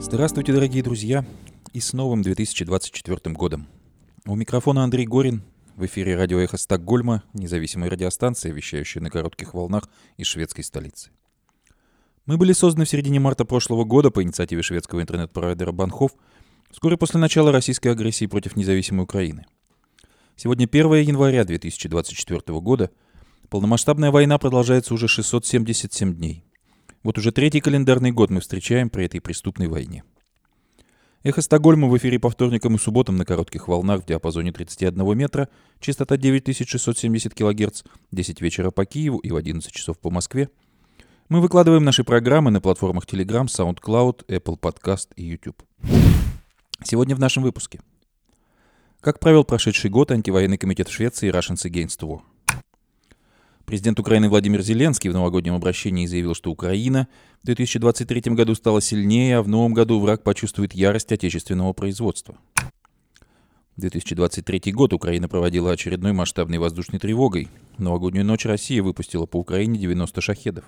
Здравствуйте, дорогие друзья, и с новым 2024 годом. У микрофона Андрей Горин, в эфире радио «Эхо Стокгольма», независимая радиостанция, вещающая на коротких волнах из шведской столицы. Мы были созданы в середине марта прошлого года по инициативе шведского интернет-провайдера Банхоф, вскоре после начала российской агрессии против независимой Украины. Сегодня 1 января 2024 года. Полномасштабная война продолжается уже 677 дней. Вот уже третий календарный год мы встречаем при этой преступной войне. «Эхо Стокгольма» в эфире по вторникам и субботам на коротких волнах в диапазоне 31 метра, частота 9670 кГц, 10 вечера по Киеву и в 11 часов по Москве. Мы выкладываем наши программы на платформах Telegram, SoundCloud, Apple Podcast и YouTube. Сегодня в нашем выпуске. Как провел прошедший год антивоенный комитет в Швеции Russians Against War? Президент Украины Владимир Зеленский в новогоднем обращении заявил, что Украина в 2023 году стала сильнее, а в новом году враг почувствует ярость отечественного производства. В 2023 год Украина проводила очередной масштабной воздушной тревогой. В новогоднюю ночь Россия выпустила по Украине 90 шахедов.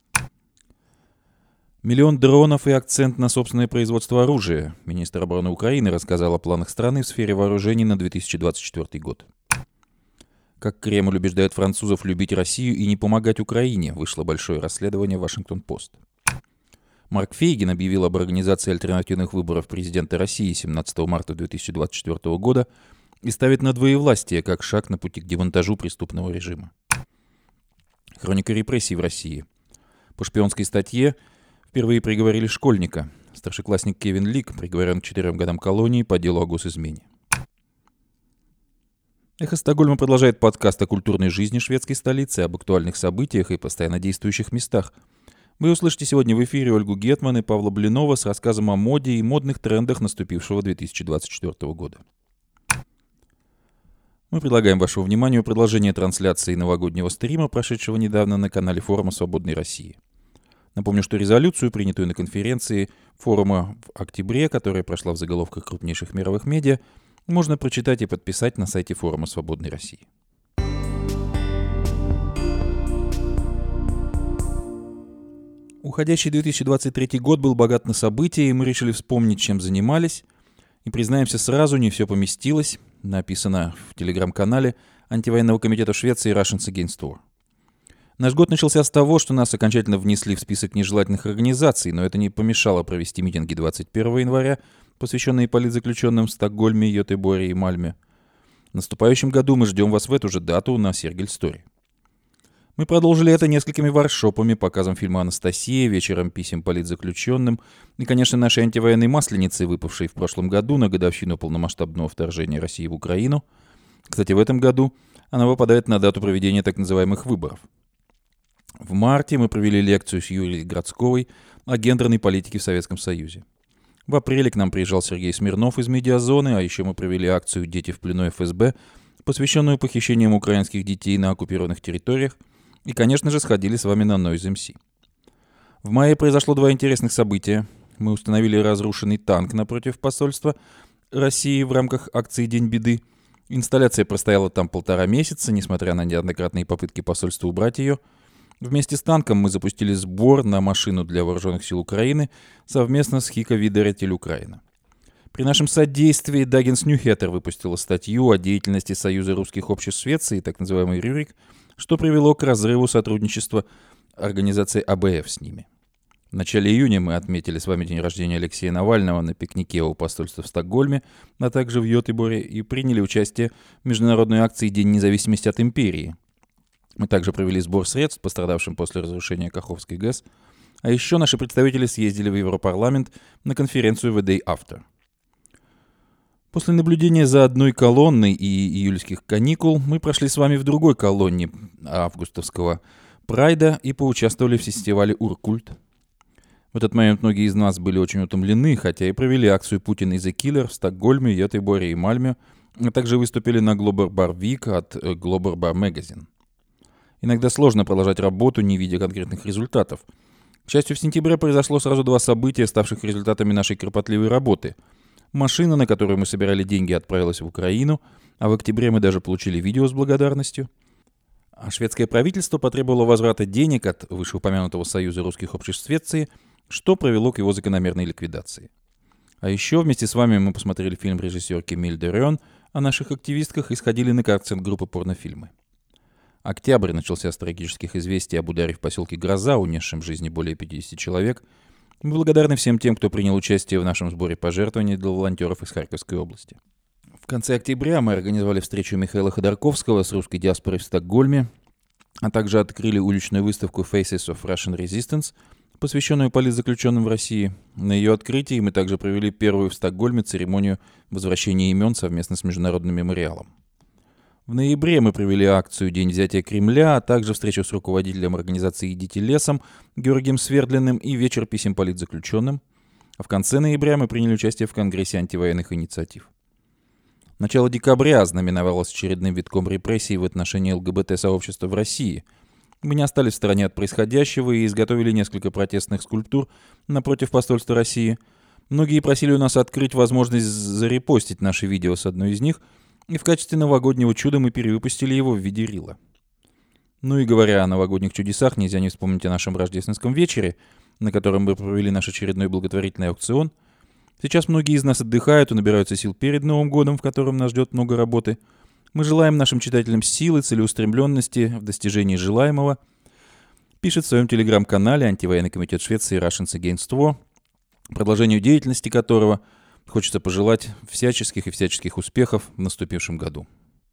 Миллион дронов и акцент на собственное производство оружия. Министр обороны Украины рассказал о планах страны в сфере вооружений на 2024 год. Как Кремль убеждает французов любить Россию и не помогать Украине, вышло большое расследование «Вашингтон-Пост». Марк Фейгин объявил об организации альтернативных выборов президента России 17 марта 2024 года и ставит на двоевластие как шаг на пути к демонтажу преступного режима. Хроника репрессий в России. По шпионской статье впервые приговорили школьника. Старшеклассник Кевин Лик приговорен к 4 годам колонии по делу о госизмене. «Эхо Стокгольма» продолжает подкаст о культурной жизни шведской столицы, об актуальных событиях и постоянно действующих местах. Вы услышите сегодня в эфире Ольгу Гетман и Павла Блинова с рассказом о моде и модных трендах наступившего 2024 года. Мы предлагаем вашему вниманию продолжение трансляции новогоднего стрима, прошедшего недавно на канале форума «Свободной России». Напомню, что резолюцию, принятую на конференции форума в октябре, которая прошла в заголовках крупнейших мировых медиа, можно прочитать и подписать на сайте форума «Свободной России». Уходящий 2023 год был богат на события, и мы решили вспомнить, чем занимались. И признаемся сразу, не все поместилось. Написано в телеграм-канале антивоенного комитета Швеции Russians Against War. Наш год начался с того, что нас окончательно внесли в список нежелательных организаций, но это не помешало провести митинги 21 января, посвященные политзаключенным в Стокгольме, Йотеборе и Мальме. В наступающем году мы ждем вас в эту же дату на Сергельсторе. Мы продолжили это несколькими воркшопами, показом фильма «Анастасия», вечером писем политзаключенным и, конечно, нашей антивоенной масленицей, выпавшей в прошлом году на годовщину полномасштабного вторжения России в Украину. Кстати, в этом году она выпадает на дату проведения так называемых выборов. В марте мы провели лекцию с Юлией Градсковой о гендерной политике в Советском Союзе. В апреле к нам приезжал Сергей Смирнов из «Медиазоны», а еще мы провели акцию «Дети в плену ФСБ», посвященную похищениям украинских детей на оккупированных территориях, и, конечно же, сходили с вами на Noise MC. В мае произошло два интересных события. Мы установили разрушенный танк напротив посольства России в рамках акции «День беды». Инсталляция простояла там 1,5 месяца, несмотря на неоднократные попытки посольства убрать ее. Вместе с танком мы запустили сбор на машину для вооруженных сил Украины совместно с Хика Видере Тель-Украина. При нашем содействии Даггинс Ньюхеттер выпустила статью о деятельности Союза русских обществ Швеции, так называемый РЮРИК, что привело к разрыву сотрудничества организации АБФ с ними. В начале июня мы отметили с вами день рождения Алексея Навального на пикнике у посольства в Стокгольме, а также в Йотеборе, и приняли участие в международной акции «День независимости от империи». Мы также провели сбор средств, пострадавшим после разрушения Каховской ГЭС. А еще наши представители съездили в Европарламент на конференцию «The Day After». После наблюдения за одной колонной и июльских каникул мы прошли с вами в другой колонне августовского прайда и поучаствовали в фестивале «Уркульт». В этот момент многие из нас были очень утомлены, хотя и провели акцию «Путин is a Killer» в Стокгольме, Йотеборе и Мальме, а также выступили на Global Bar Week от Global Bar Magazine. Иногда сложно продолжать работу, не видя конкретных результатов. К счастью, в сентябре произошло сразу два события, ставших результатами нашей кропотливой работы. Машина, на которую мы собирали деньги, отправилась в Украину, а в октябре мы даже получили видео с благодарностью. А шведское правительство потребовало возврата денег от вышеупомянутого Союза русских обществ Швеции, что привело к его закономерной ликвидации. А еще вместе с вами мы посмотрели фильм режиссерки Эмиль Дерён о наших активистках и сходили на концерт группы «Порнофильмы». Октябрь начался с трагических известий об ударе в поселке Гроза, унесшем жизни более 50 человек. Мы благодарны всем тем, кто принял участие в нашем сборе пожертвований для волонтеров из Харьковской области. В конце октября мы организовали встречу Михаила Ходорковского с русской диаспорой в Стокгольме, а также открыли уличную выставку Faces of Russian Resistance, посвященную политзаключенным в России. На ее открытии мы также провели первую в Стокгольме церемонию возвращения имен совместно с Международным мемориалом. В ноябре мы провели акцию «День взятия Кремля», а также встречу с руководителем организации «Идите лесом» Георгием Свердлиным и вечер писем политзаключенным. А в конце ноября мы приняли участие в Конгрессе антивоенных инициатив. Начало декабря знаменовалось очередным витком репрессий в отношении ЛГБТ-сообщества в России. Мы не остались в стороне от происходящего и изготовили несколько протестных скульптур напротив посольства России. Многие просили у нас открыть возможность зарепостить наши видео с одной из них, и в качестве новогоднего чуда мы перевыпустили его в виде рила. Ну и говоря о новогодних чудесах, нельзя не вспомнить о нашем рождественском вечере, на котором мы провели наш очередной благотворительный аукцион. Сейчас многие из нас отдыхают и набираются сил перед Новым годом, в котором нас ждет много работы. Мы желаем нашим читателям силы, целеустремленности в достижении желаемого. Пишет в своем телеграм-канале антивоенный комитет Швеции Russians Against War, продолжению деятельности которого хочется пожелать всяческих успехов в наступившем году.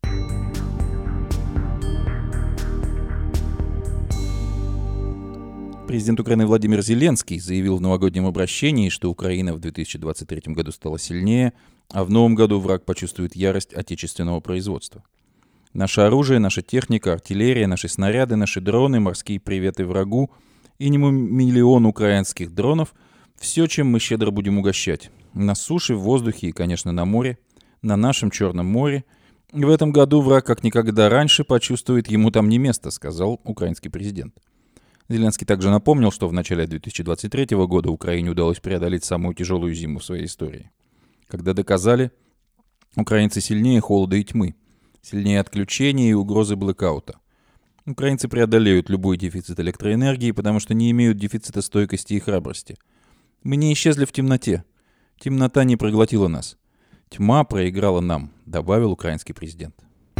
Президент Украины Владимир Зеленский заявил в новогоднем обращении, что Украина в 2023 году стала сильнее, а в новом году враг почувствует ярость отечественного производства. Наше оружие, наша техника, артиллерия, наши снаряды, наши дроны, морские приветы врагу и миллион украинских дронов – все, чем мы щедро будем угощать. На суше, в воздухе и, конечно, на море, на нашем Черном море. И в этом году враг как никогда раньше почувствует, ему там не место, сказал украинский президент. Зеленский также напомнил, что в начале 2023 года Украине удалось преодолеть самую тяжелую зиму в своей истории. Когда доказали, украинцы сильнее холода и тьмы, сильнее отключения и угрозы блэкаута. Украинцы преодолеют любой дефицит электроэнергии, потому что не имеют дефицита стойкости и храбрости. Мы не исчезли в темноте. Темнота не проглотила нас. Тьма проиграла нам, добавил украинский президент.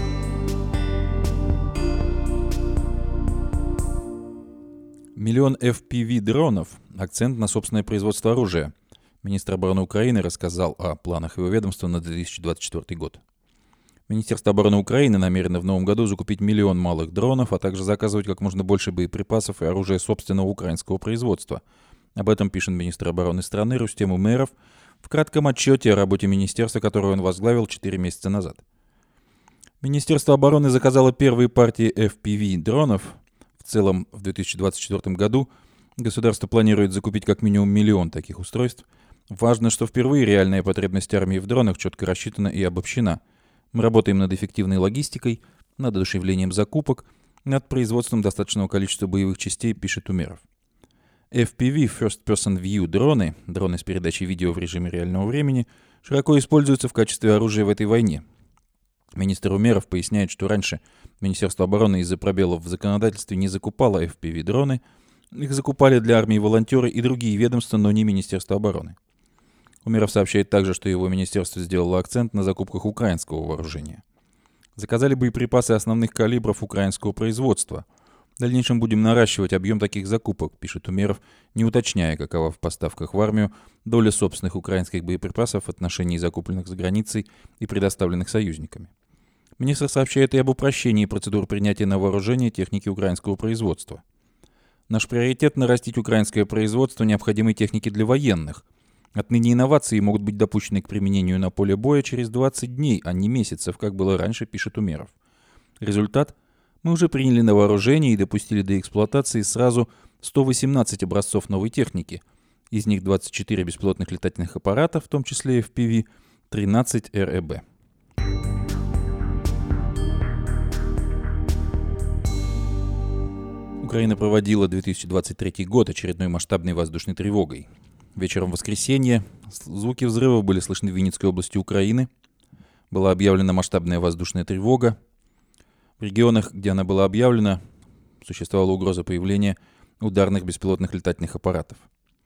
Миллион FPV-дронов – акцент на собственное производство оружия. Министр обороны Украины рассказал о планах его ведомства на 2024 год. Министерство обороны Украины намерено в новом году закупить 1 миллион малых дронов, а также заказывать как можно больше боеприпасов и оружия собственного украинского производства. Об этом пишет министр обороны страны Рустем Умеров в кратком отчете о работе министерства, которое он возглавил 4 месяца назад. Министерство обороны заказало первые партии FPV-дронов. В целом, в 2024 году государство планирует закупить как минимум 1 миллион таких устройств. Важно, что впервые реальная потребность армии в дронах четко рассчитана и обобщена. Мы работаем над эффективной логистикой, над одушевлением закупок, над производством достаточного количества боевых частей, пишет Умеров. FPV First Person View дроны с передачей видео в режиме реального времени, широко используются в качестве оружия в этой войне. Министр Умеров поясняет, что раньше Министерство обороны из-за пробелов в законодательстве не закупало FPV-дроны, их закупали для армии волонтеры и другие ведомства, но не Министерство обороны. Умеров сообщает также, что его министерство сделало акцент на закупках украинского вооружения. Заказали боеприпасы основных калибров украинского производства. В дальнейшем будем наращивать объем таких закупок, пишет Умеров, не уточняя, какова в поставках в армию доля собственных украинских боеприпасов в отношении закупленных за границей и предоставленных союзниками. Министр сообщает и об упрощении процедур принятия на вооружение техники украинского производства. Наш приоритет – нарастить украинское производство необходимой техники для военных. Отныне инновации могут быть допущены к применению на поле боя через 20 дней, а не месяцев, как было раньше, пишет Умеров. Результат – мы уже приняли на вооружение и допустили до эксплуатации сразу 118 образцов новой техники. Из них 24 беспилотных летательных аппарата, в том числе FPV, 13 РЭБ. Украина проводила 2023 год очередной масштабной воздушной тревогой. Вечером воскресенья звуки взрывов были слышны в Винницкой области Украины. Была объявлена масштабная воздушная тревога. В регионах, где она была объявлена, существовала угроза появления ударных беспилотных летательных аппаратов.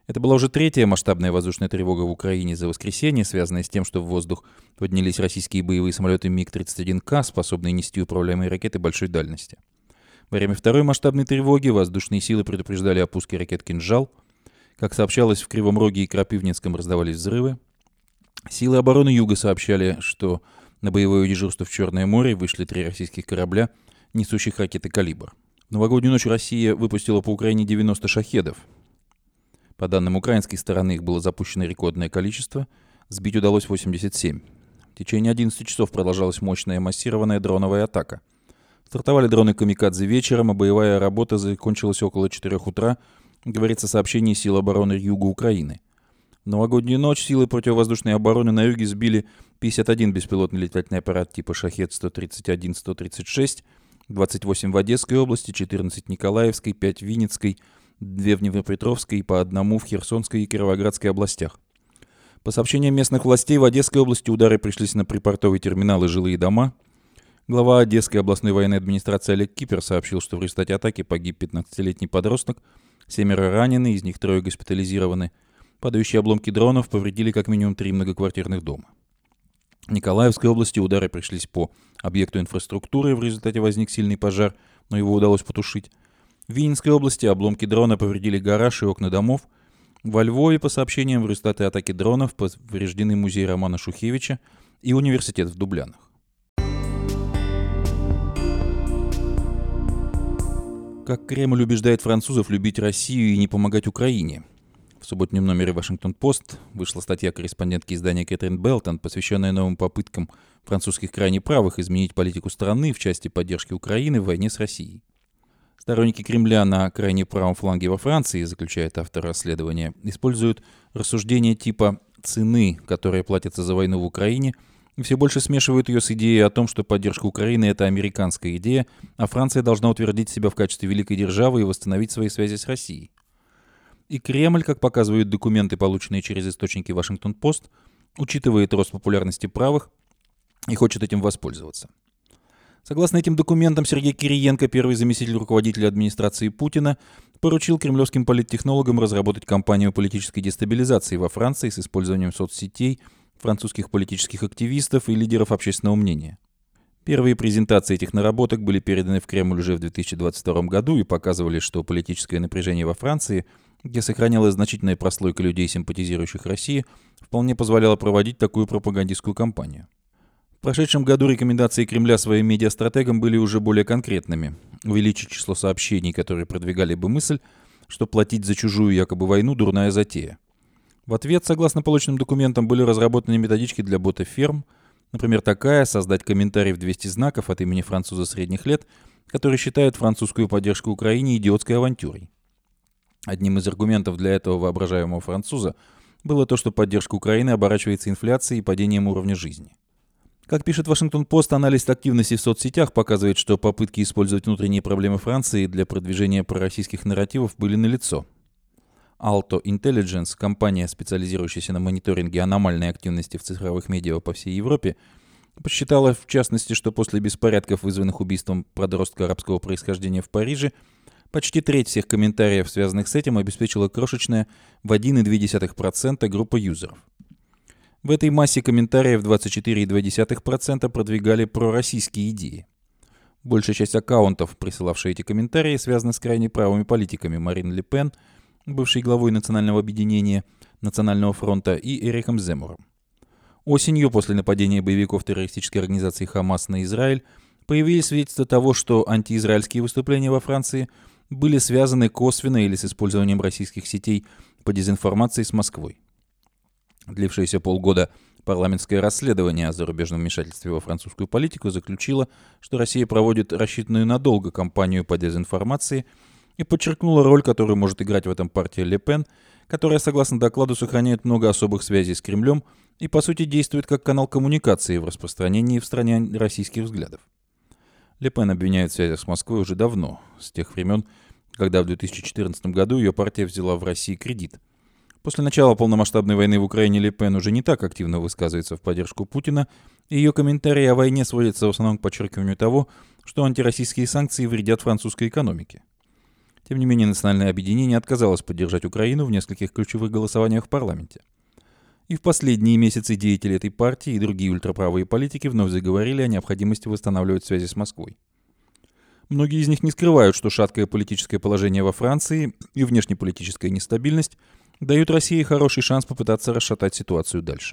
Это была уже третья масштабная воздушная тревога в Украине за воскресенье, связанная с тем, что в воздух поднялись российские боевые самолеты МиГ-31К, способные нести управляемые ракеты большой дальности. Во время второй масштабной тревоги воздушные силы предупреждали о пуске ракет «Кинжал». Как сообщалось, в Кривом Роге и Крапивницком раздавались взрывы. Силы обороны Юга сообщали, что на боевое дежурство в Черное море вышли 3 российских корабля, несущих ракеты «Калибр». В новогоднюю ночь Россия выпустила по Украине 90 «Шахедов». По данным украинской стороны, их было запущено рекордное количество, сбить удалось 87. В течение 11 часов продолжалась мощная массированная дроновая атака. Стартовали дроны «Камикадзе» вечером, а боевая работа закончилась около 4 утра, говорится в сообщении сил обороны Юга Украины. В новогоднюю ночь силы противовоздушной обороны на юге сбили 51 беспилотный летательный аппарат типа «Шахед-131-136», 28 в Одесской области, 14 в Николаевской, 5 в Винницкой, 2 в Днепропетровской и по 1 в Херсонской и Кировоградской областях. По сообщениям местных властей, в Одесской области удары пришлись на припортовый терминал и жилые дома. Глава Одесской областной военной администрации Олег Кипер сообщил, что в результате атаки погиб 15-летний подросток, 7 ранены, из них 3 госпитализированы. Падающие обломки дронов повредили как минимум 3 многоквартирных дома. В Николаевской области удары пришлись по объекту инфраструктуры, в результате возник сильный пожар, но его удалось потушить. В Винницкой области обломки дрона повредили гараж и окна домов. Во Львове, по сообщениям, в результате атаки дронов повреждены музей Романа Шухевича и университет в Дублянах. Как Кремль убеждает французов любить Россию и не помогать Украине? В субботнем номере «Вашингтон-Пост» вышла статья корреспондентки издания Кэтрин Белтон, посвященная новым попыткам французских крайне правых изменить политику страны в части поддержки Украины в войне с Россией. Сторонники Кремля на крайне правом фланге во Франции, заключает автор расследования, используют рассуждения типа «цены», которые платятся за войну в Украине, и все больше смешивают ее с идеей о том, что поддержка Украины – это американская идея, а Франция должна утвердить себя в качестве великой державы и восстановить свои связи с Россией. И Кремль, как показывают документы, полученные через источники «Вашингтон-Пост», учитывает рост популярности правых и хочет этим воспользоваться. Согласно этим документам, Сергей Кириенко, первый заместитель руководителя администрации Путина, поручил кремлевским политтехнологам разработать кампанию политической дестабилизации во Франции с использованием соцсетей, французских политических активистов и лидеров общественного мнения. Первые презентации этих наработок были переданы в Кремль уже в 2022 году и показывали, что политическое напряжение во Франции, где сохранялась значительная прослойка людей, симпатизирующих России, вполне позволяло проводить такую пропагандистскую кампанию. В прошедшем году рекомендации Кремля своим медиастратегам были уже более конкретными. Увеличить число сообщений, которые продвигали бы мысль, что платить за чужую якобы войну – дурная затея. В ответ, согласно полученным документам, были разработаны методички для бота-ферм. Например, такая – создать комментарий в 200 знаков от имени француза средних лет, который считает французскую поддержку Украине идиотской авантюрой. Одним из аргументов для этого воображаемого француза было то, что поддержка Украины оборачивается инфляцией и падением уровня жизни. Как пишет Вашингтон-Пост, анализ активности в соцсетях показывает, что попытки использовать внутренние проблемы Франции для продвижения пророссийских нарративов были налицо. Alto Intelligence, компания, специализирующаяся на мониторинге аномальной активности в цифровых медиа по всей Европе, посчитала, в частности, что после беспорядков, вызванных убийством подростка арабского происхождения в Париже, почти треть всех комментариев, связанных с этим, обеспечила крошечная в 1,2% группа юзеров. В этой массе комментариев 24,2% продвигали пророссийские идеи. Большая часть аккаунтов, присылавшие эти комментарии, связаны с крайне правыми политиками Марин Ле Пен, бывшей главой Национального объединения Национального фронта, и Эриком Земмуром. Осенью, после нападения боевиков террористической организации «Хамас» на Израиль, появились свидетельства того, что антиизраильские выступления во Франции были связаны косвенно или с использованием российских сетей по дезинформации с Москвой. Длившееся полгода парламентское расследование о зарубежном вмешательстве во французскую политику заключило, что Россия проводит рассчитанную надолго кампанию по дезинформации и подчеркнула роль, которую может играть в этом партия Ле Пен, которая, согласно докладу, сохраняет много особых связей с Кремлем и, по сути, действует как канал коммуникации в распространении в стране российских взглядов. Ле Пен обвиняет в связях с Москвой уже давно, с тех времен, когда в 2014 году ее партия взяла в России кредит. После начала полномасштабной войны в Украине Ле Пен уже не так активно высказывается в поддержку Путина, и ее комментарии о войне сводятся в основном к подчеркиванию того, что антироссийские санкции вредят французской экономике. Тем не менее, национальное объединение отказалось поддержать Украину в нескольких ключевых голосованиях в парламенте. И в последние месяцы деятели этой партии и другие ультраправые политики вновь заговорили о необходимости восстанавливать связи с Москвой. Многие из них не скрывают, что шаткое политическое положение во Франции и внешнеполитическая нестабильность дают России хороший шанс попытаться расшатать ситуацию дальше.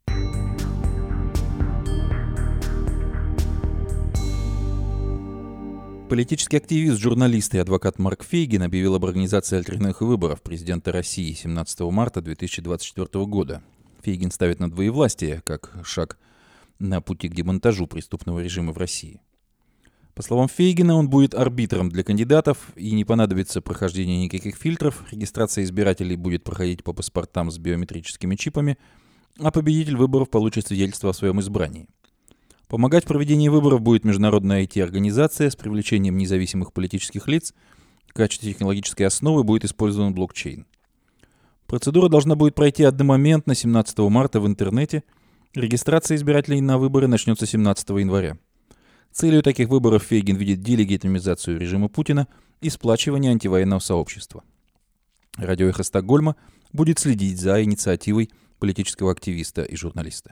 Политический активист, журналист и адвокат Марк Фейгин объявил об организации альтернативных выборов президента России 17 марта 2024 года. Фейгин ставит на двоевластие как шаг на пути к демонтажу преступного режима в России. По словам Фейгина, он будет арбитром для кандидатов и не понадобится прохождение никаких фильтров, регистрация избирателей будет проходить по паспортам с биометрическими чипами, а победитель выборов получит свидетельство о своем избрании. Помогать в проведении выборов будет международная IT-организация с привлечением независимых политических лиц. В качестве технологической основы будет использован блокчейн. Процедура должна будет пройти одномоментно 17 марта в интернете. Регистрация избирателей на выборы начнется 17 января. Целью таких выборов Фейгин видит делегитимизацию режима Путина и сплачивание антивоенного сообщества. Радио «Эхо Стокгольма» будет следить за инициативой политического активиста и журналиста.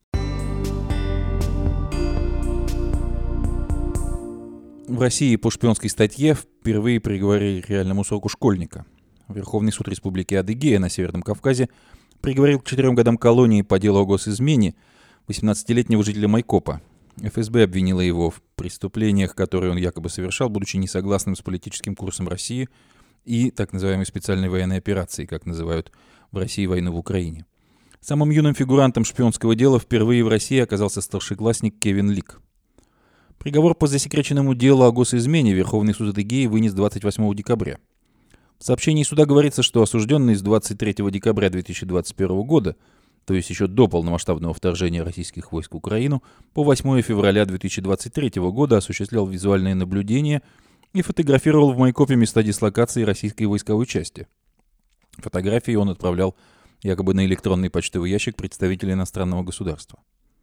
В России по шпионской статье впервые приговорили к реальному сроку школьника. Верховный суд Республики Адыгея на Северном Кавказе приговорил к 4 годам колонии по делу о госизмене 18-летнего жителя Майкопа. ФСБ обвинила его в преступлениях, которые он якобы совершал, будучи несогласным с политическим курсом России и так называемой специальной военной операцией, как называют в России войну в Украине. Самым юным фигурантом шпионского дела впервые в России оказался старшеклассник Кевин Лик. Приговор по засекреченному делу о госизмене Верховный суд Адыгеи вынес 28 декабря. В сообщении суда говорится, что осужденный с 23 декабря 2021 года, то есть еще до полномасштабного вторжения российских войск в Украину, по 8 февраля 2023 года осуществлял визуальное наблюдение и фотографировал в Майкопе места дислокации российской войсковой части. Фотографии он отправлял якобы на электронный почтовый ящик представителя иностранного государства.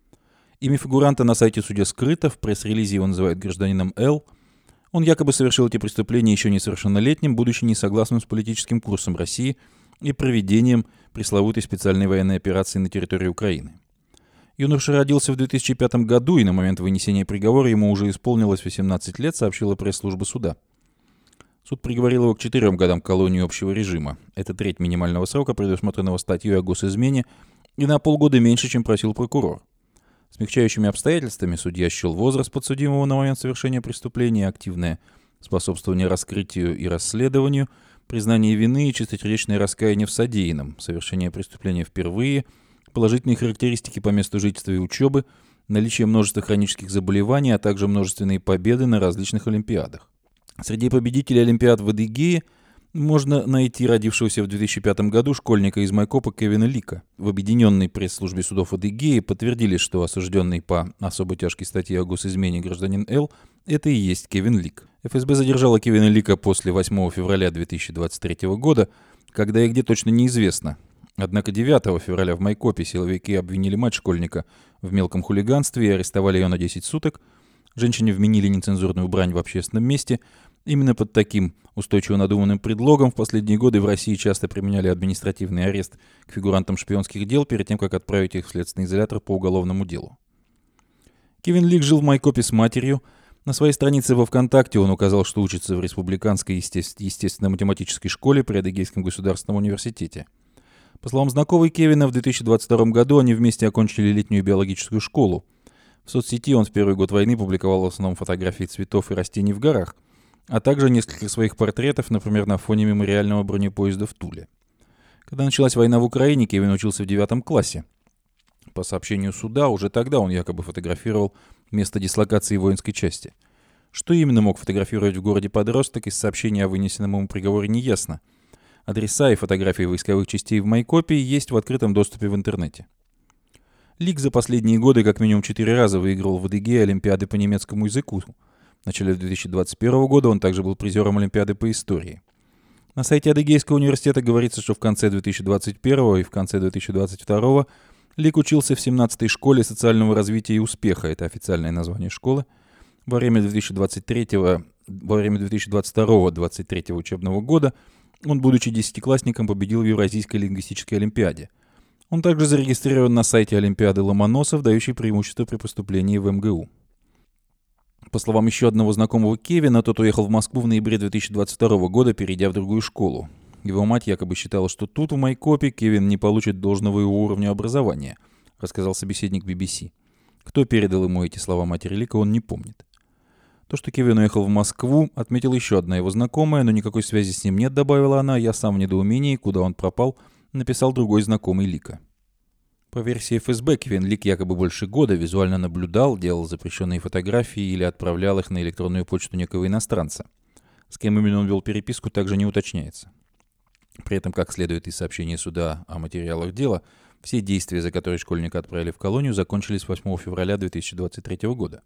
Имя фигуранта на сайте суда скрыто, в пресс-релизе его называют гражданином Л. Он якобы совершил эти преступления еще несовершеннолетним, будучи несогласным с политическим курсом России и проведением пресловутой специальной военной операции на территории Украины. Юноша родился в 2005 году, и на момент вынесения приговора ему уже исполнилось 18 лет, сообщила пресс-служба суда. Суд приговорил его к 4 годам колонии общего режима. Это треть минимального срока, предусмотренного статьей о госизмене, и на полгода меньше, чем просил прокурор. Смягчающими обстоятельствами судья счел возраст подсудимого на момент совершения преступления, активное способствование раскрытию и расследованию, признание вины и чистосердечное раскаяние в содеянном, совершение преступления впервые, положительные характеристики по месту жительства и учебы, наличие множества хронических заболеваний, а также множественные победы на различных олимпиадах. Среди победителей олимпиад в Адыгее можно найти родившегося в 2005 году школьника из Майкопа Кевина Лика. В объединенной пресс-службе судов Адыгеи подтвердили, что осужденный по особо тяжкой статье о госизмене гражданин Л. это и есть Кевин Лик. ФСБ задержала Кевина Лика после 8 февраля 2023 года, когда и где точно неизвестно. Однако 9 февраля в Майкопе силовики обвинили мать школьника в мелком хулиганстве и арестовали ее на 10 суток. Женщине вменили нецензурную брань в общественном месте. Именно под таким устойчиво надуманным предлогом в последние годы в России часто применяли административный арест к фигурантам шпионских дел перед тем, как отправить их в следственный изолятор по уголовному делу. Кевин Лик жил в Майкопе с матерью. На своей странице во ВКонтакте он указал, что учится в Республиканской естественно-математической школе при Адыгейском государственном университете. По словам знакомой Кевина, в 2022 году они вместе окончили летнюю биологическую школу. В соцсети он в первый год войны публиковал в основном фотографии цветов и растений в горах, а также несколько своих портретов, например, на фоне мемориального бронепоезда в Туле. Когда началась война в Украине, Кевин учился в 9 классе. По сообщению суда, уже тогда он якобы фотографировал место дислокации воинской части. Что именно мог фотографировать в городе подросток, из сообщения о вынесенном ему приговоре не ясно. Адреса и фотографии войсковых частей в Майкопе есть в открытом доступе в интернете. Лик за последние годы как минимум 4 раза выигрывал в Адыгее олимпиады по немецкому языку. В начале 2021 года он также был призером олимпиады по истории. На сайте Адыгейского университета говорится, что в конце 2021 и в конце 2022 Лик учился в 17-й школе социального развития и успеха, это официальное название школы. Во время 2023 во время 2022-2023 учебного года он, будучи десятиклассником, победил в Евразийской лингвистической олимпиаде. Он также зарегистрирован на сайте Олимпиады Ломоносов, дающей преимущество при поступлении в МГУ. По словам еще одного знакомого Кевина, тот уехал в Москву в ноябре 2022 года, перейдя в другую школу. Его мать якобы считала, что тут, в Майкопе, Кевин не получит должного его уровня образования, рассказал собеседник BBC. Кто передал ему эти слова матери Лика, он не помнит. То, что Кевин уехал в Москву, отметила еще одна его знакомая, но никакой связи с ним нет, добавила она. Я сам в недоумении, куда он пропал, написал другой знакомый Лика. По версии ФСБ, Кевин Лик якобы больше года визуально наблюдал, делал запрещенные фотографии или отправлял их на электронную почту некого иностранца. С кем именно он вел переписку, также не уточняется. При этом, как следует из сообщения суда о материалах дела, все действия, за которые школьника отправили в колонию, закончились 8 февраля 2023 года.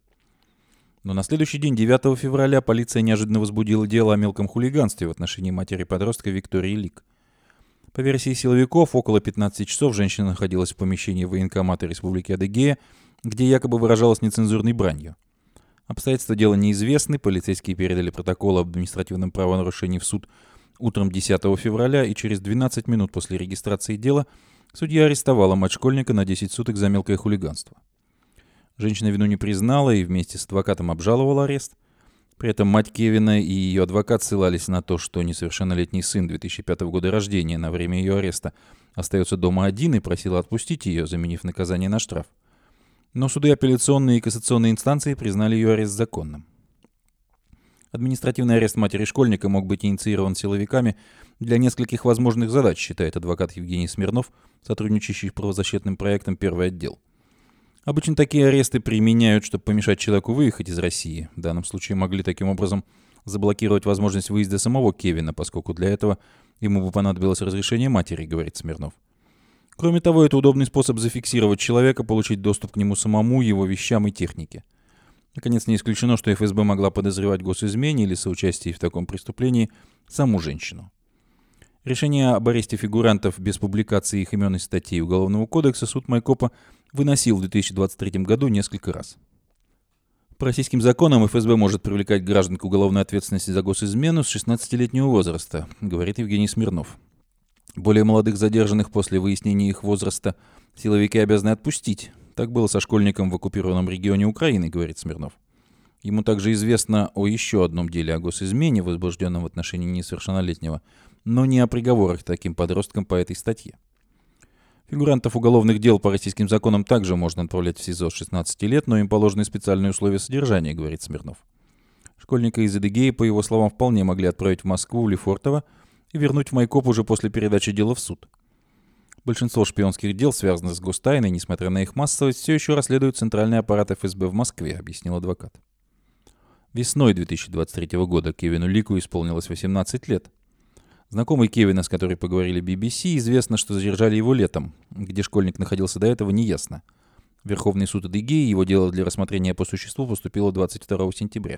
Но на следующий день, 9 февраля, полиция неожиданно возбудила дело о мелком хулиганстве в отношении матери подростка Виктории Лик. По версии силовиков, около 15 часов женщина находилась в помещении военкомата Республики Адыгея, где якобы выражалась нецензурной бранью. Обстоятельства дела неизвестны, полицейские передали протокол об административном правонарушении в суд утром 10 февраля, и через 12 минут после регистрации дела судья арестовала мать школьника на 10 суток за мелкое хулиганство. Женщина вину не признала и вместе с адвокатом обжаловала арест. При этом мать Кевина и ее адвокат ссылались на то, что несовершеннолетний сын 2005 года рождения на время ее ареста остается дома один, и просила отпустить ее, заменив наказание на штраф. Но суды апелляционные и кассационные инстанции признали ее арест законным. Административный арест матери школьника мог быть инициирован силовиками для нескольких возможных задач, считает адвокат Евгений Смирнов, сотрудничающий с правозащитным проектом «Первый отдел». Обычно такие аресты применяют, чтобы помешать человеку выехать из России. В данном случае могли таким образом заблокировать возможность выезда самого Кевина, поскольку для этого ему бы понадобилось разрешение матери, говорит Смирнов. Кроме того, это удобный способ зафиксировать человека, получить доступ к нему самому, его вещам и технике. Наконец, не исключено, что ФСБ могла подозревать в госизмене или соучастии в таком преступлении саму женщину. Решение об аресте фигурантов без публикации их имен и статей Уголовного кодекса суд Майкопа выносил в 2023 году несколько раз. По российским законам ФСБ может привлекать граждан к уголовной ответственности за госизмену с 16-летнего возраста, говорит Евгений Смирнов. Более молодых задержанных после выяснения их возраста силовики обязаны отпустить. Так было со школьником в оккупированном регионе Украины, говорит Смирнов. Ему также известно о еще одном деле о госизмене, возбужденном в отношении несовершеннолетнего, но не о приговорах таким подросткам по этой статье. Фигурантов уголовных дел по российским законам также можно отправлять в СИЗО с 16 лет, но им положены специальные условия содержания, говорит Смирнов. Школьника из Адыгеи, по его словам, вполне могли отправить в Москву, в Лефортово и вернуть в Майкоп уже после передачи дела в суд. Большинство шпионских дел, связанных с гостайной, несмотря на их массовость, все еще расследует центральный аппарат ФСБ в Москве, объяснил адвокат. Весной 2023 года Кевину Лику исполнилось 18 лет. Знакомый Кевина, с которой поговорили BBC, известно, что задержали его летом. Где школьник находился до этого, неясно. Верховный суд Адыгеи его дело для рассмотрения по существу поступило 22 сентября.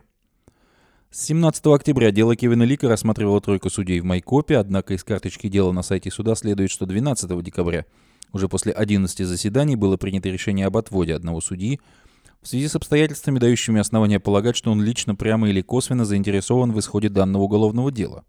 С 17 октября дело Кевина Лика рассматривала тройка судей в Майкопе, однако из карточки дела на сайте суда следует, что 12 декабря, уже после 11 заседаний, было принято решение об отводе одного судьи в связи с обстоятельствами, дающими основания полагать, что он лично, прямо или косвенно заинтересован в исходе данного уголовного дела.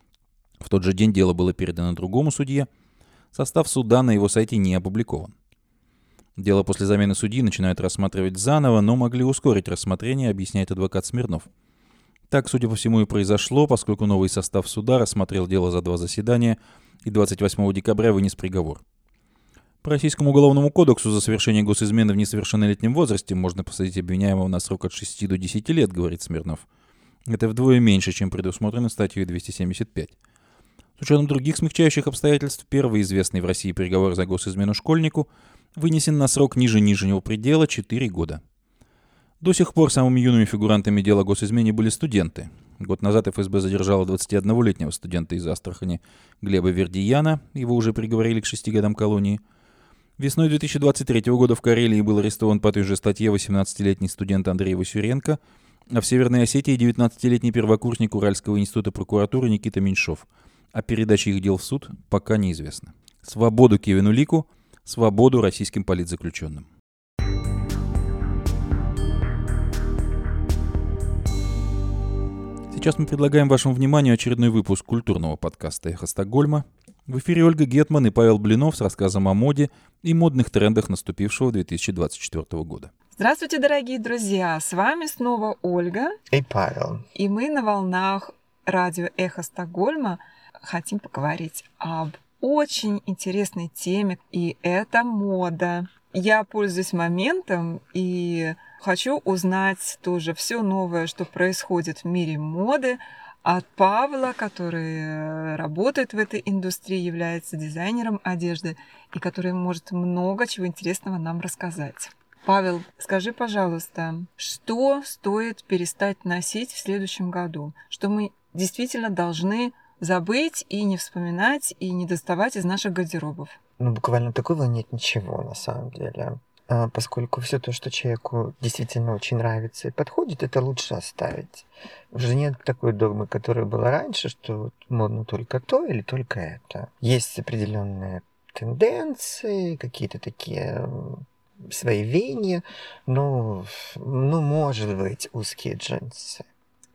В тот же день дело было передано другому судье. Состав суда на его сайте не опубликован. Дело после замены судьи начинают рассматривать заново, но могли ускорить рассмотрение, объясняет адвокат Смирнов. Так, судя по всему, и произошло, поскольку новый состав суда рассмотрел дело за 2 заседания и 28 декабря вынес приговор. По Российскому уголовному кодексу за совершение госизмены в несовершеннолетнем возрасте можно посадить обвиняемого на срок от 6 до 10 лет, говорит Смирнов. Это вдвое меньше, чем предусмотрено статьей 275. С учетом других смягчающих обстоятельств, первый известный в России приговор за госизмену школьнику вынесен на срок ниже нижнего предела 4 года. До сих пор самыми юными фигурантами дела о госизмене были студенты. Год назад ФСБ задержала 21-летнего студента из Астрахани Глеба Вердияна, его уже приговорили к 6 годам колонии. Весной 2023 года в Карелии был арестован по той же статье 18-летний студент Андрей Васюренко, а в Северной Осетии 19-летний первокурсник Уральского института прокуратуры Никита Меньшов. О передаче их дел в суд пока неизвестно. Свободу Кевину Лику, свободу российским политзаключенным. Сейчас мы предлагаем вашему вниманию очередной выпуск культурного подкаста «Эхо Стокгольма». В эфире Ольга Гетман и Павел Блинов с рассказом о моде и модных трендах наступившего 2024 года. Здравствуйте, дорогие друзья! С вами снова Ольга и Павел. И мы на волнах радио «Эхо Стокгольма» хотим поговорить об очень интересной теме, и это мода. Я пользуюсь моментом и хочу узнать тоже все новое, что происходит в мире моды, от Павла, который работает в этой индустрии, является дизайнером одежды и который может много чего интересного нам рассказать. Павел, скажи, пожалуйста, что стоит перестать носить в следующем году? Что мы действительно должны забыть и не вспоминать, и не доставать из наших гардеробов? Буквально такого нет ничего на самом деле. Поскольку все то, что человеку действительно очень нравится и подходит, это лучше оставить. Уже нет такой догмы, которая была раньше, что модно только то или только это. Есть определенные тенденции, какие-то такие свои веяния, но может быть, узкие джинсы.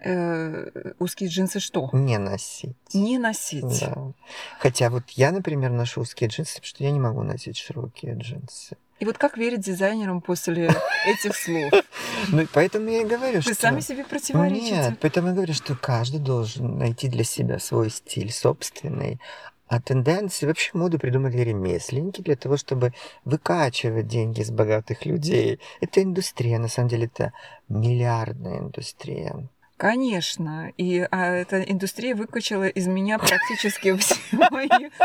Узкие джинсы что? Не носить. Не носить. Да. Хотя вот я, например, ношу узкие джинсы, потому что я не могу носить широкие джинсы. И вот как верить дизайнерам после этих слов? Ну, поэтому я и говорю, что... Вы сами себе противоречите. Нет, поэтому я говорю, что каждый должен найти для себя свой стиль собственный. А тенденции, вообще моду придумали ремесленники для того, чтобы выкачивать деньги из богатых людей. Это индустрия, на самом деле, это миллиардная индустрия. Конечно. И эта индустрия выкачала из меня практически все мои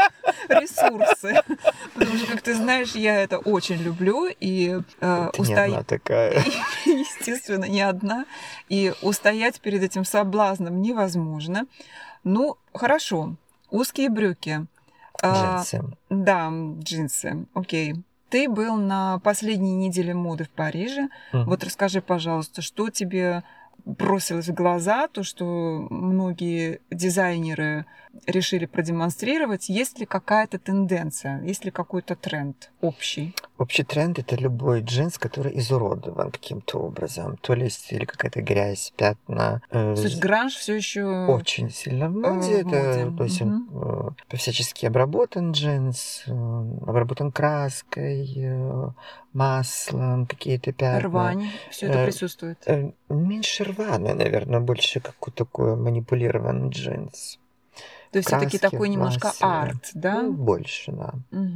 ресурсы. Потому что, как ты знаешь, я это очень люблю. И не одна такая. Естественно, не одна. И устоять перед этим соблазном невозможно. Ну, хорошо. Узкие брюки. Джинсы. Да, джинсы. Окей. Ты был на последней неделе моды в Париже. Вот расскажи, пожалуйста, что тебе бросилось в глаза, то, что многие дизайнеры решили продемонстрировать. Есть ли какая-то тенденция, есть ли какой-то тренд общий? Общий тренд — это любой джинс, который изуродован каким-то образом. То есть или какая-то грязь, пятна. То есть гранж все еще очень сильно в моде. То есть он всячески обработан джинс, обработан краской, маслом, какие-то пятна. Рвань, все это присутствует. Меньше рваный, наверное, больше какой-то такой манипулированный джинс. То есть все-таки такой немножко арт, да? Ну, больше, да.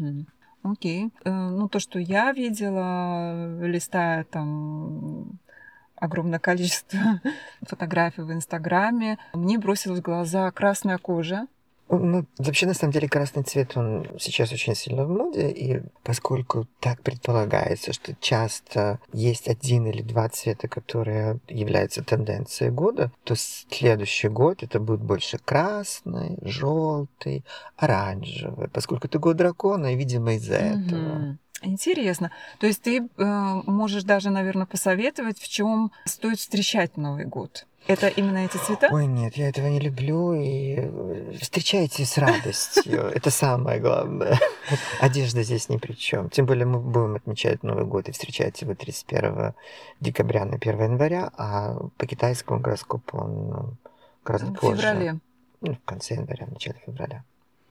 Окей. Ну, то, что я видела, листая там огромное количество фотографий в Инстаграме, мне бросилась в глаза красная кожа. Ну, вообще, на самом деле, красный цвет, он сейчас очень сильно в моде, и поскольку так предполагается, что часто есть один или два цвета, которые являются тенденцией года, то следующий год это будет больше красный, желтый, оранжевый, поскольку это год дракона, и, видимо, из-за этого. Интересно. То есть ты можешь даже, наверное, посоветовать, в чем стоит встречать Новый год? Это именно эти цвета? Ой, нет, я этого не люблю. И встречайте с радостью. Это самое главное. Одежда здесь ни при чем. Тем более мы будем отмечать Новый год и встречать его 31 декабря на 1 января, а по китайскому гороскопу он гораздо позже. В феврале. Ну, в конце января, в начале февраля.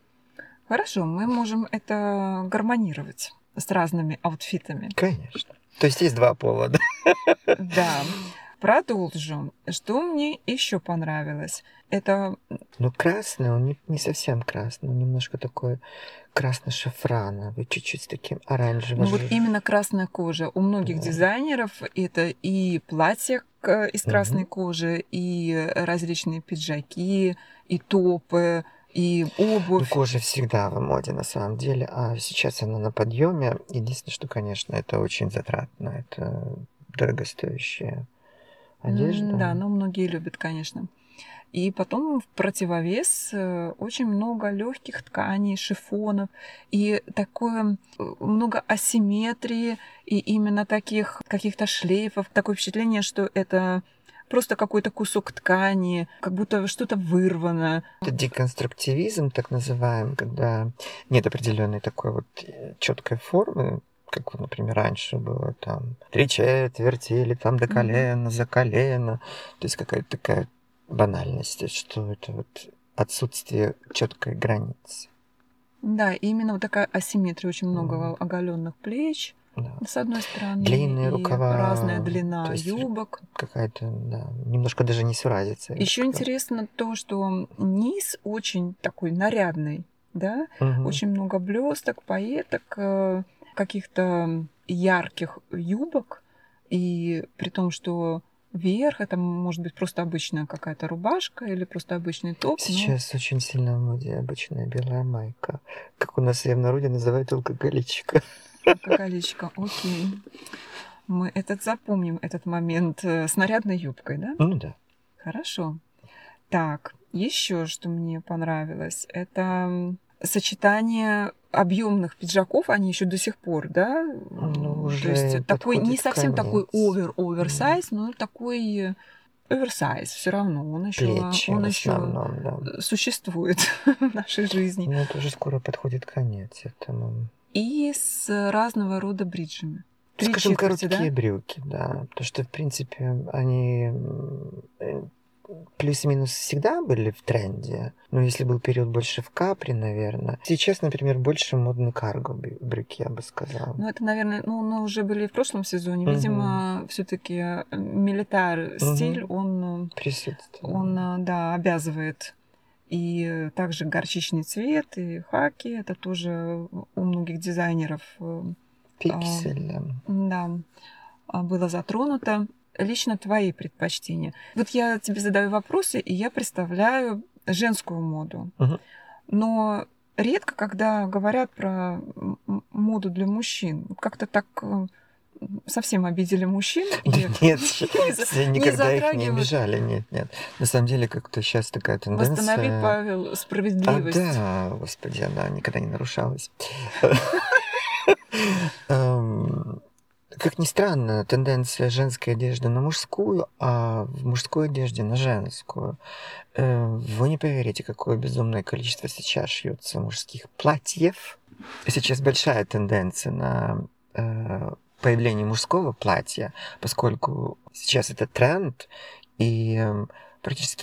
Хорошо, мы можем это гармонировать с разными аутфитами. Конечно. То есть два повода. Да. Продолжу. Что мне еще понравилось? Это... Ну, красный, он не совсем красный, он немножко такой красно-шафрановый, чуть-чуть с таким оранжевым. Ну, вот именно красная кожа. У многих дизайнеров это и платья из красной кожи, и различные пиджаки, и топы, и обувь. Ну, кожа всегда в моде на самом деле, а сейчас она на подъеме. Единственное, что, конечно, это очень затратно, это дорогостоящая одежда. Да, но многие любят, конечно. И потом в противовес очень много легких тканей, шифонов, и такое много асимметрии, и именно таких каких-то шлейфов. Такое впечатление, что это просто какой-то кусок ткани, как будто что-то вырвано. Это деконструктивизм, так называемый, когда нет определенной такой вот четкой формы, как вот, например, раньше было там 3/4 или там до колена, за колено. То есть какая-то такая банальности, что это вот отсутствие четкой границы. Да, и именно вот такая асимметрия, очень много оголенных плеч, Да. с одной стороны, Длинные и рукава, разная то длина есть юбок. какая-то, да, немножко даже несуразица. я бы Еще сказал. интересно то, что низ очень такой нарядный, да, Мгм. очень много блесток, пайеток, каких-то ярких юбок, и при том, что верх это может быть просто обычная какая-то рубашка или просто обычный топ, но Сейчас очень сильно в моде обычная белая майка. Как у нас ее в народе называют алкоголичка. алкоголичка, окей. Мы этот запомним, этот момент с нарядной юбкой, да? Ну да. Хорошо. Так, еще что мне понравилось, это сочетание объемных пиджаков, они еще до сих пор, да? Ну, То есть уже такой не подходит совсем такой конец. оверсайз, но такой оверсайз. Все равно Плечи он в еще основном, да. существует в нашей жизни. Ну, это уже скоро подходит конец этому. И с разного рода бриджами. Три Скажем, четверти, да? короткие брюки, да. Потому что, в принципе, они плюс-минус всегда были в тренде. Но если был период больше в капри, наверное. Сейчас, например, больше модны карго брюки, я бы сказала. Ну, это, наверное, ну, уже были в прошлом сезоне. Видимо, все-таки милитар стиль, он Присутствует. да, обязывает. И также горчичный цвет и хаки, это тоже у многих дизайнеров Пиксель, да, было затронуто. Лично твои предпочтения. Вот я тебе задаю вопросы, и я представляю женскую моду. Мгм. Но редко, когда говорят про моду для мужчин, как-то так совсем обидели мужчин. Да И нет, не никогда их не затрагивают. обижали, нет. На самом деле, как-то сейчас такая Восстанови, тенденция. Павел, справедливость. Да, господи, она никогда не нарушалась. Как ни странно, тенденция женской одежды на мужскую, а в мужской одежде на женскую. Вы не поверите, какое безумное количество сейчас шьется мужских платьев. Сейчас большая тенденция на появление мужского платья, поскольку сейчас это тренд, и практически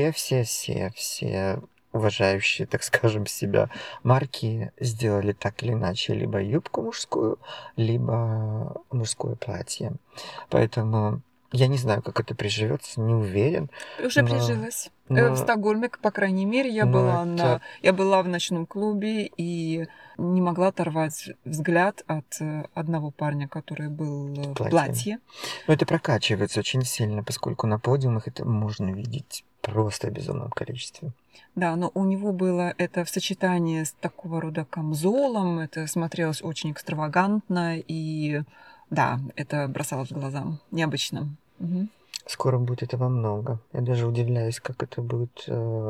все уважающие, так скажем, себя марки сделали так или иначе либо юбку мужскую, либо мужское платье. Поэтому я не знаю, как это приживется, не уверен. Уже Но- прижилась. В но- Стокгольме, по крайней мере, я но была это- я была в ночном клубе и не могла оторвать взгляд от одного парня, который был в Платье. платье. Но это прокачивается очень сильно, поскольку на подиумах это можно видеть просто в безумном количестве. Да, но у него было это в сочетании с такого рода камзолом, это смотрелось очень экстравагантно, и да, это бросалось в глаза. Необычно. Мгм. Скоро будет этого много. Я даже удивляюсь, как это будет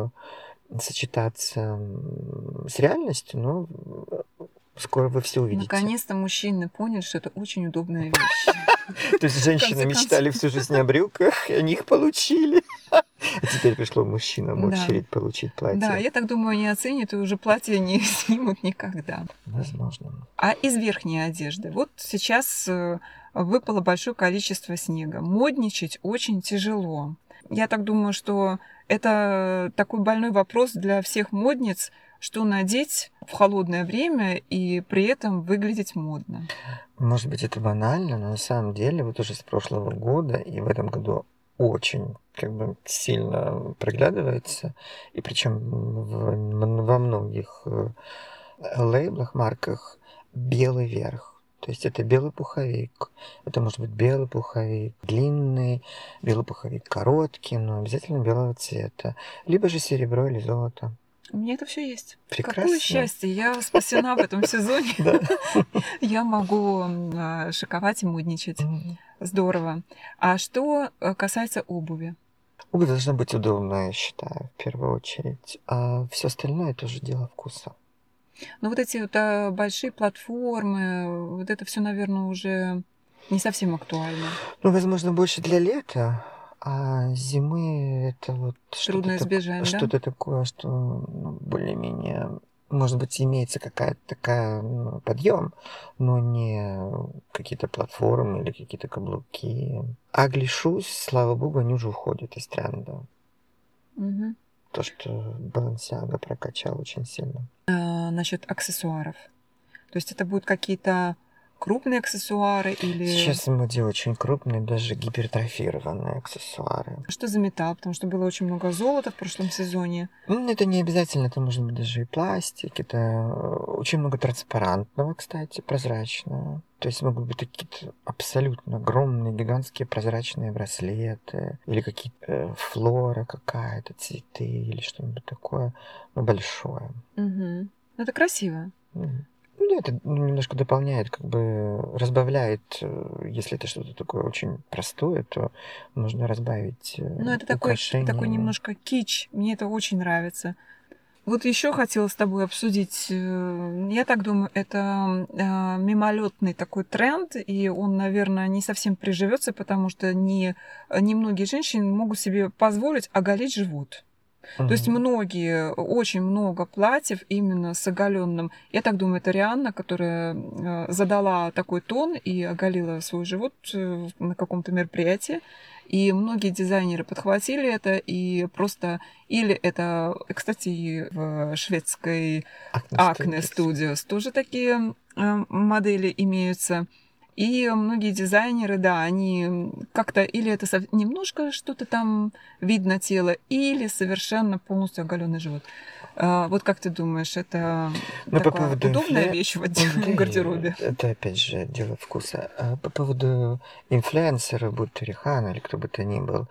сочетаться с реальностью, но скоро вы все увидите. Наконец-то мужчины поняли, что это очень удобная вещь. То есть женщины конце мечтали всю жизнь о брюках, и они их получили. А теперь пришло мужчинам Да. очередь получить платье. Да, я так думаю, они оценят и уже платье не снимут никогда. Возможно. А из верхней одежды? Вот сейчас выпало большое количество снега. Модничать очень тяжело. Я так думаю, что это такой больной вопрос для всех модниц, что надеть в холодное время и при этом выглядеть модно. Может быть, это банально, но на самом деле вот уже с прошлого года и в этом году очень сильно проглядывается, и причем во многих лейблах, марках белый верх. То есть это белый пуховик. Это может быть белый пуховик длинный, белый пуховик короткий, но обязательно белого цвета. Либо же серебро или золото. У меня это все есть. Прекрасно. Какое счастье! Я спасена в этом сезоне. Да. Я могу шиковать и модничать. Здорово. А что касается обуви? Обувь должна быть удобная, я считаю, в первую очередь. А все остальное тоже дело вкуса. Ну, вот эти вот большие платформы, вот это все, наверное, уже не совсем актуально. Ну, возможно, больше для лета, а зимы это вот Трудно избежать, да? что-то такое, что более-менее, может быть, имеется какая-то такая подъем, но не какие-то платформы или какие-то каблуки. Ugly shoes, слава богу, они уже уходят из тренда. Мгм. То, что Balenciaga прокачал очень сильно. Насчет аксессуаров. То есть это будут какие-то крупные аксессуары или Сейчас в моде очень крупные, даже гипертрофированные аксессуары. что за металл? Потому что было очень много золота в прошлом сезоне. Это не обязательно, это может быть даже и пластик, это очень много транспарантного, кстати, прозрачного. То есть могут быть какие-то абсолютно огромные, гигантские прозрачные браслеты, или какие-то флора какая-то, цветы, или что-нибудь такое, но большое. Мгм. Ну, это красиво. Это немножко дополняет, как бы разбавляет, если это что-то такое очень простое, то нужно разбавить Но это такой украшениями. немножко кич. Мне это очень нравится. Вот еще хотела с тобой обсудить, я так думаю, это мимолетный такой тренд, и он, наверное, не совсем приживется, потому что немногие женщины могут себе позволить оголить живот. То есть многие, очень много платьев именно с оголенным. Я так думаю, это Рианна, которая задала такой тон и оголила свой живот на каком-то мероприятии. И многие дизайнеры подхватили это и просто... Или это, кстати, и в шведской Acne Studios тоже такие модели имеются. И многие дизайнеры, да, они как-то или это немножко что-то там видно тело, или совершенно полностью оголенный живот. Вот как ты думаешь, это по такая поводу удобная вещь в гардеробе? это опять же дело вкуса. По поводу инфлюенсера, будь то Rihanna или кто бы то ни был,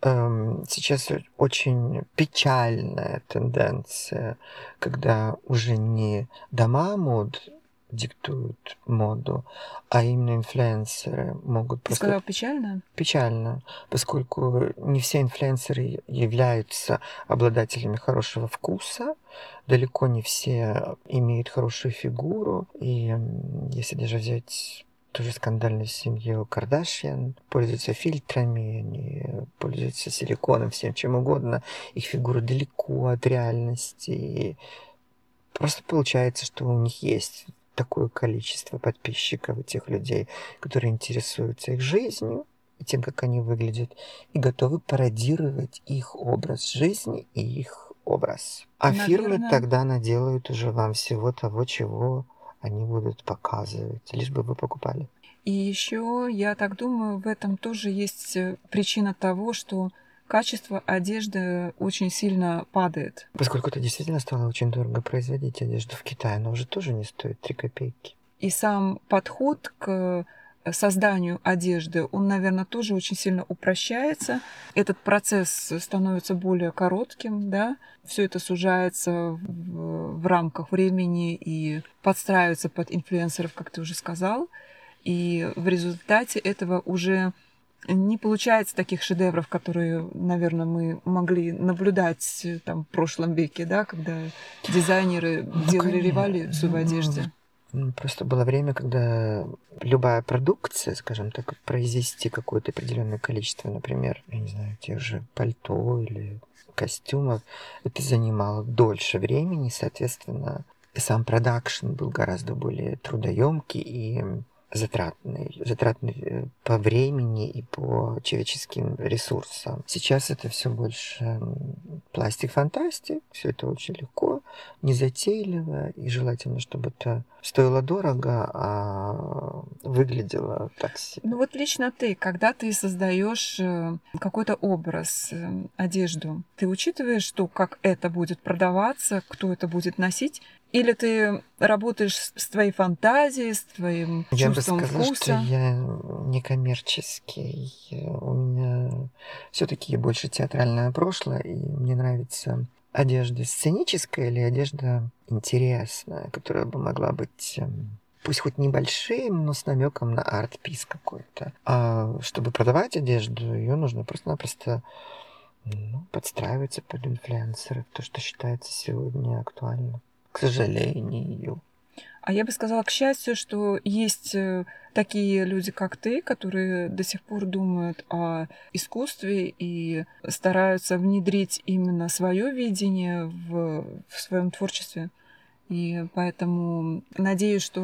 сейчас очень печальная тенденция, когда уже не дома мод диктуют моду, а именно инфлюенсеры могут Ты просто... сказала печально? Печально, поскольку не все инфлюенсеры являются обладателями хорошего вкуса, далеко не все имеют хорошую фигуру, и если даже взять ту же скандальную семью Кардашьян, пользуются фильтрами, они пользуются силиконом, всем чем угодно, их фигура далеко от реальности, и просто получается, что у них есть такое количество подписчиков, этих людей, которые интересуются их жизнью и тем, как они выглядят, и готовы пародировать их образ жизни и их образ. А фирмы Наверное. тогда наделают уже вам всего того, чего они будут показывать, лишь бы вы покупали. И еще, я так думаю, в этом тоже есть причина того, что качество одежды очень сильно падает. Поскольку это действительно стало очень дорого производить одежду в Китае, она уже тоже не стоит 3 копейки. И сам подход к созданию одежды, он, наверное, тоже очень сильно упрощается. Этот процесс становится более коротким, да. Все это сужается в рамках времени и подстраивается под инфлюенсеров, как ты уже сказал. И в результате этого уже не получается таких шедевров, которые, наверное, мы могли наблюдать там, в прошлом веке, да, когда дизайнеры делали революцию в одежде. Просто было время, когда любая продукция, скажем так, произвести какое-то определенное количество, например, я не знаю, тех же пальто или костюмов, это занимало дольше времени, соответственно, сам продакшн был гораздо более трудоемкий и затратный по времени и по человеческим ресурсам. Сейчас это все больше пластик-фантастик, все это очень легко, незатейливо, и желательно, чтобы это стоило дорого, а выглядело так себе. Ну вот лично ты, когда ты создаешь какой-то образ, одежду, ты учитываешь, что как это будет продаваться, кто это будет носить, или ты работаешь с твоей фантазией, с твоим Я бы чувством сказал, что вкуса? я некоммерческий. У меня все-таки больше театральное прошлое, и мне нравится одежда сценическая или одежда интересная, которая бы могла быть пусть хоть небольшим, но с намеком на арт-пис какой-то. А чтобы продавать одежду, ее нужно просто-напросто подстраиваться под инфлюенсеров, то, что считается сегодня актуально. К сожалению. А я бы сказала, к счастью, что есть такие люди, как ты, которые до сих пор думают о искусстве и стараются внедрить именно свое видение в своем творчестве. И поэтому надеюсь, что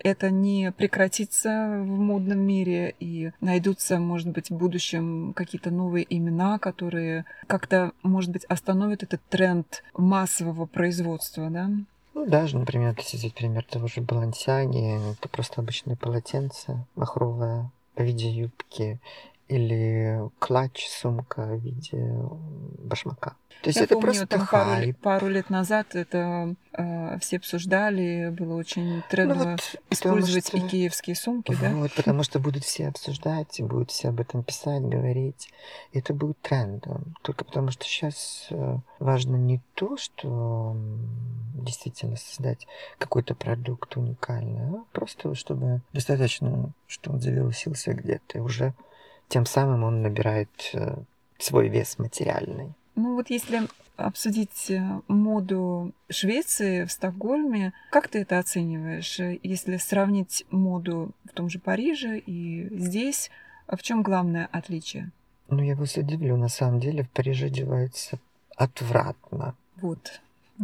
это не прекратится в модном мире и найдутся, может быть, в будущем какие-то новые имена, которые как-то, может быть, остановят этот тренд массового производства, да? Ну, даже, например, если взять пример того же Балансиаги, это просто обычное полотенце махровое в виде юбки или клатч, сумка в виде башмака. То есть Я это помню, просто там хайп. пару лет назад это все обсуждали, было очень Ну трендово вот, потому использовать что... икеевские сумки, да? Вот, потому что будут все обсуждать, и будут все об этом писать, говорить. И это будет трендом. Только потому что сейчас важно не то, что действительно создать какой-то продукт уникальный, а просто чтобы достаточно, что он завирусился где-то, и уже тем самым он набирает свой вес материальный. Ну вот если обсудить моду Швеции в Стокгольме, как ты это оцениваешь? Если сравнить моду в том же Париже и здесь, в чем главное отличие? Ну, я вас удивлю, на самом деле в Париже одеваются отвратно. Вот.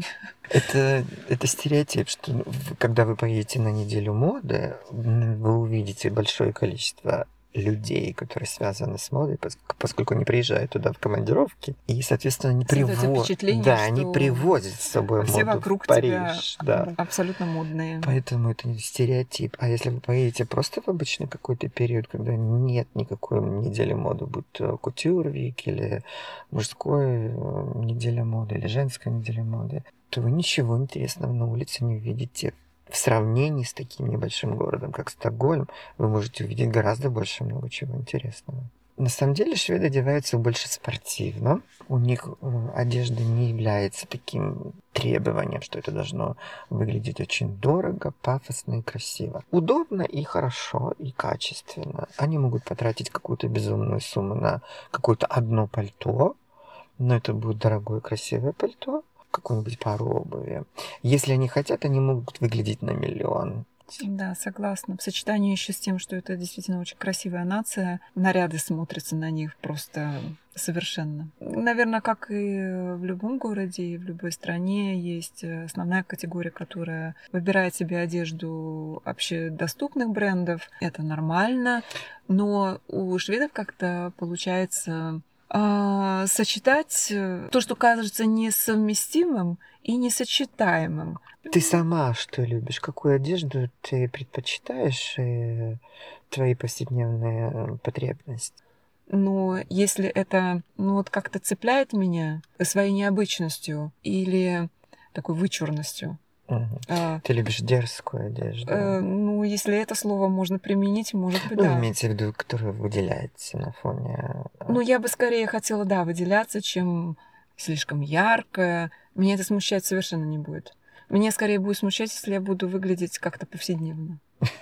Это стереотип, что когда вы поедете на неделю моды, вы увидите большое количество людей, которые связаны с модой, поскольку они приезжают туда в командировки, и, соответственно, они Создается впечатление, да, они что привозят с собой все моду в вокруг тебя Париж. Да. абсолютно модные. Поэтому это не стереотип. А если вы поедете просто в обычный какой-то период, когда нет никакой недели моды, будь то кутюр-вик или мужской неделя моды, или женская неделя моды, то вы ничего интересного на улице не увидите. В сравнении с таким небольшим городом, как Стокгольм, вы можете увидеть гораздо больше много чего интересного. На самом деле шведы одеваются больше спортивно. У них одежда не является таким требованием, что это должно выглядеть очень дорого, пафосно и красиво. Удобно и хорошо, и качественно. Они могут потратить какую-то безумную сумму на какое-то одно пальто, но это будет дорогое, красивое пальто, какую-нибудь пару обуви. Если они хотят, они могут выглядеть на миллион. Да, согласна. В сочетании еще с тем, что это действительно очень красивая нация, наряды смотрятся на них просто совершенно. Наверное, как и в любом городе, и в любой стране есть основная категория, которая выбирает себе одежду общедоступных брендов. Это нормально, но у шведов как-то получается сочетать то, что кажется несовместимым и несочетаемым. Ты сама что любишь? Какую одежду ты предпочитаешь и твои повседневные потребности? Но если это вот как-то цепляет меня своей необычностью или такой вычурностью, Ты любишь дерзкую одежду? ну, если это слово можно применить, может быть, Ну, да. имеется в виду, которая выделяется на фоне... Ну, я бы скорее хотела, да, выделяться, чем слишком яркое. Меня это смущать совершенно не будет. Меня скорее будет смущать, если я буду выглядеть как-то повседневно.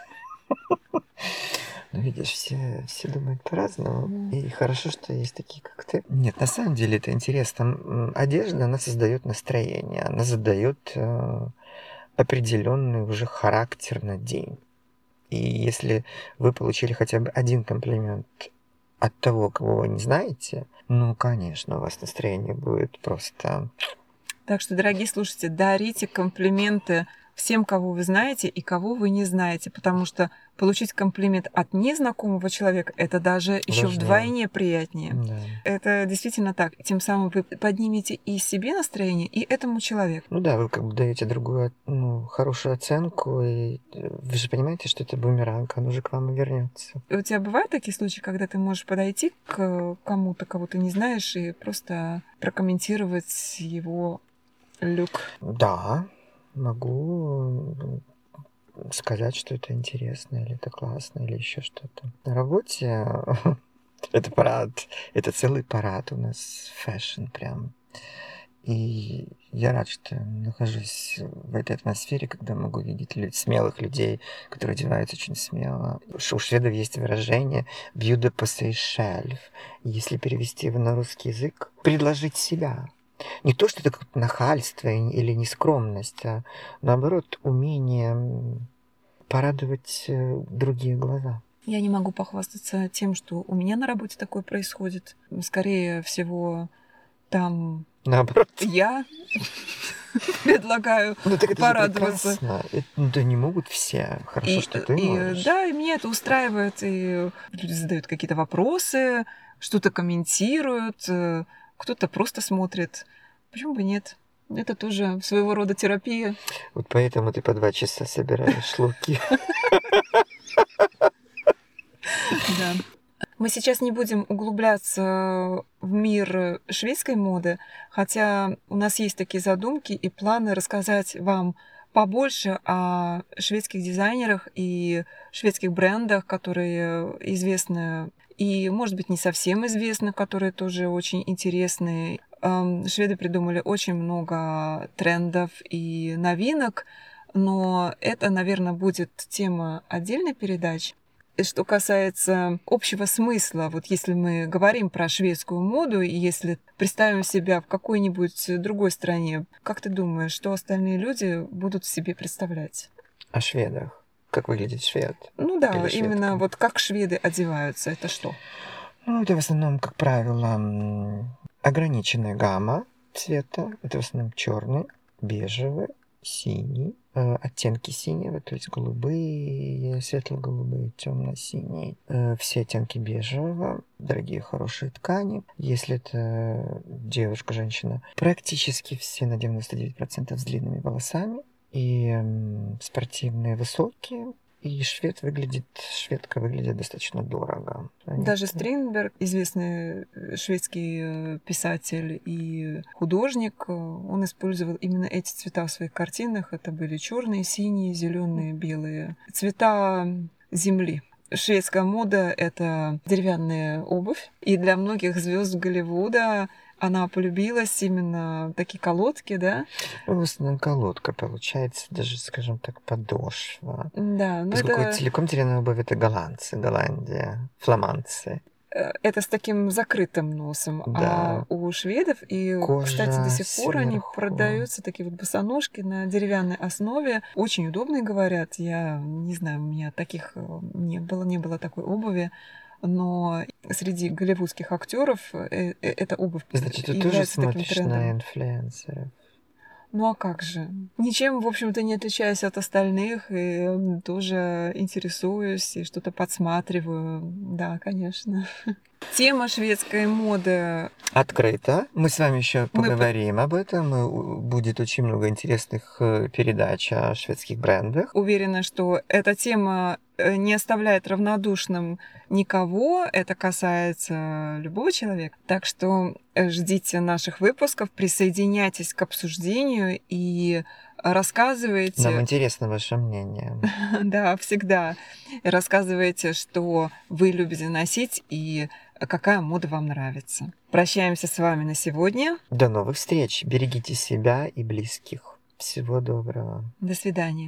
Ну, видишь, все думают по-разному. И хорошо, что есть такие, как ты. Нет, на самом деле это интересно. Одежда, она создает настроение, она задает определенный уже характер на день. И если вы получили хотя бы один комплимент от того, кого вы не знаете, ну, конечно, у вас настроение будет просто... Так что, дорогие слушатели, дарите комплименты всем, кого вы знаете и кого вы не знаете, потому что получить комплимент от незнакомого человека — это даже еще вдвойне приятнее. Да. Это действительно так. Тем самым вы поднимете и себе настроение, и этому человеку. Ну да, вы как бы даете другую, хорошую оценку, и вы же понимаете, что это бумеранг, он уже к вам и вернется. И у тебя бывают такие случаи, когда ты можешь подойти к кому-то, кого ты не знаешь, и просто прокомментировать его люк? Да, могу сказать, что это интересно, или это классно, или еще что-то. На работе это парад, это целый парад у нас, фэшн прям. И я рад, что нахожусь в этой атмосфере, когда могу видеть смелых людей, которые одеваются очень смело. У шведов есть выражение «бjuda på sig själv». Если перевести его на русский язык, предложить себя. Не то, что это какое-то нахальство или нескромность, а наоборот, умение порадовать другие глаза. Я не могу похвастаться тем, что у меня на работе такое происходит. Скорее всего, там Наоборот. я предлагаю Ну так это порадоваться. же прекрасно. Да не могут все. Хорошо, что ты можешь. Да, и меня это устраивает. И люди задают какие-то вопросы, что-то комментируют, кто-то просто смотрит. Почему бы нет? Это тоже своего рода терапия. Вот поэтому ты по 2 часа собираешь луки. Да. Мы сейчас не будем углубляться в мир шведской моды, хотя у нас есть такие задумки и планы рассказать вам побольше о шведских дизайнерах и шведских брендах, которые известны и, может быть, не совсем известны, которые тоже очень интересны. Шведы придумали очень много трендов и новинок, но это, наверное, будет тема отдельной передачи. Что касается общего смысла, вот если мы говорим про шведскую моду, и если представим себя в какой-нибудь другой стране, как ты думаешь, что остальные люди будут в себе представлять? О шведах. Как выглядит швед? Ну да, Или шведка? именно вот как шведы одеваются, это что? Ну, это в основном, как правило, ограниченная гамма цвета. Это в основном черный, бежевый, синий, оттенки синего, то есть голубые, светло-голубые, темно-синие, все оттенки бежевого, дорогие хорошие ткани. Если это девушка, женщина, практически все на 99% с длинными волосами и спортивные, высокие. И шведка выглядит достаточно дорого. Даже Стринберг, известный шведский писатель и художник, он использовал именно эти цвета в своих картинах. Это были черные, синие, зеленые, белые. Цвета земли. Шведская мода — это деревянная обувь. И для многих звезд Голливуда она полюбилась, именно такие колодки, да? В основном колодка получается, даже, скажем так, подошва. Да, но Поскольку это... целиком деревянная обувь — это голландцы, Голландия, фламандцы. Это с таким закрытым носом. Да. А у шведов, и, Кожа кстати, до сих пор они сверху. продаются, такие вот босоножки на деревянной основе. Очень удобные, говорят. Я не знаю, у меня таких не было такой обуви. Но среди голливудских актеров эта обувь Значит, ты тоже является таким смотришь трендом. на инфлюенсеров? Ну а как же? Ничем, в общем-то, не отличаюсь от остальных, и тоже интересуюсь, и что-то подсматриваю. Да, конечно. Тема шведской моды. Открыто. Мы с вами еще поговорим об этом. Будет очень много интересных передач о шведских брендах. Уверена, что эта тема не оставляет равнодушным никого. Это касается любого человека. Так что ждите наших выпусков, присоединяйтесь к обсуждению и рассказывайте. Нам интересно ваше мнение. Да, всегда. Рассказывайте, что вы любите носить и какая мода вам нравится. Прощаемся с вами на сегодня. До новых встреч. Берегите себя и близких. Всего доброго. До свидания.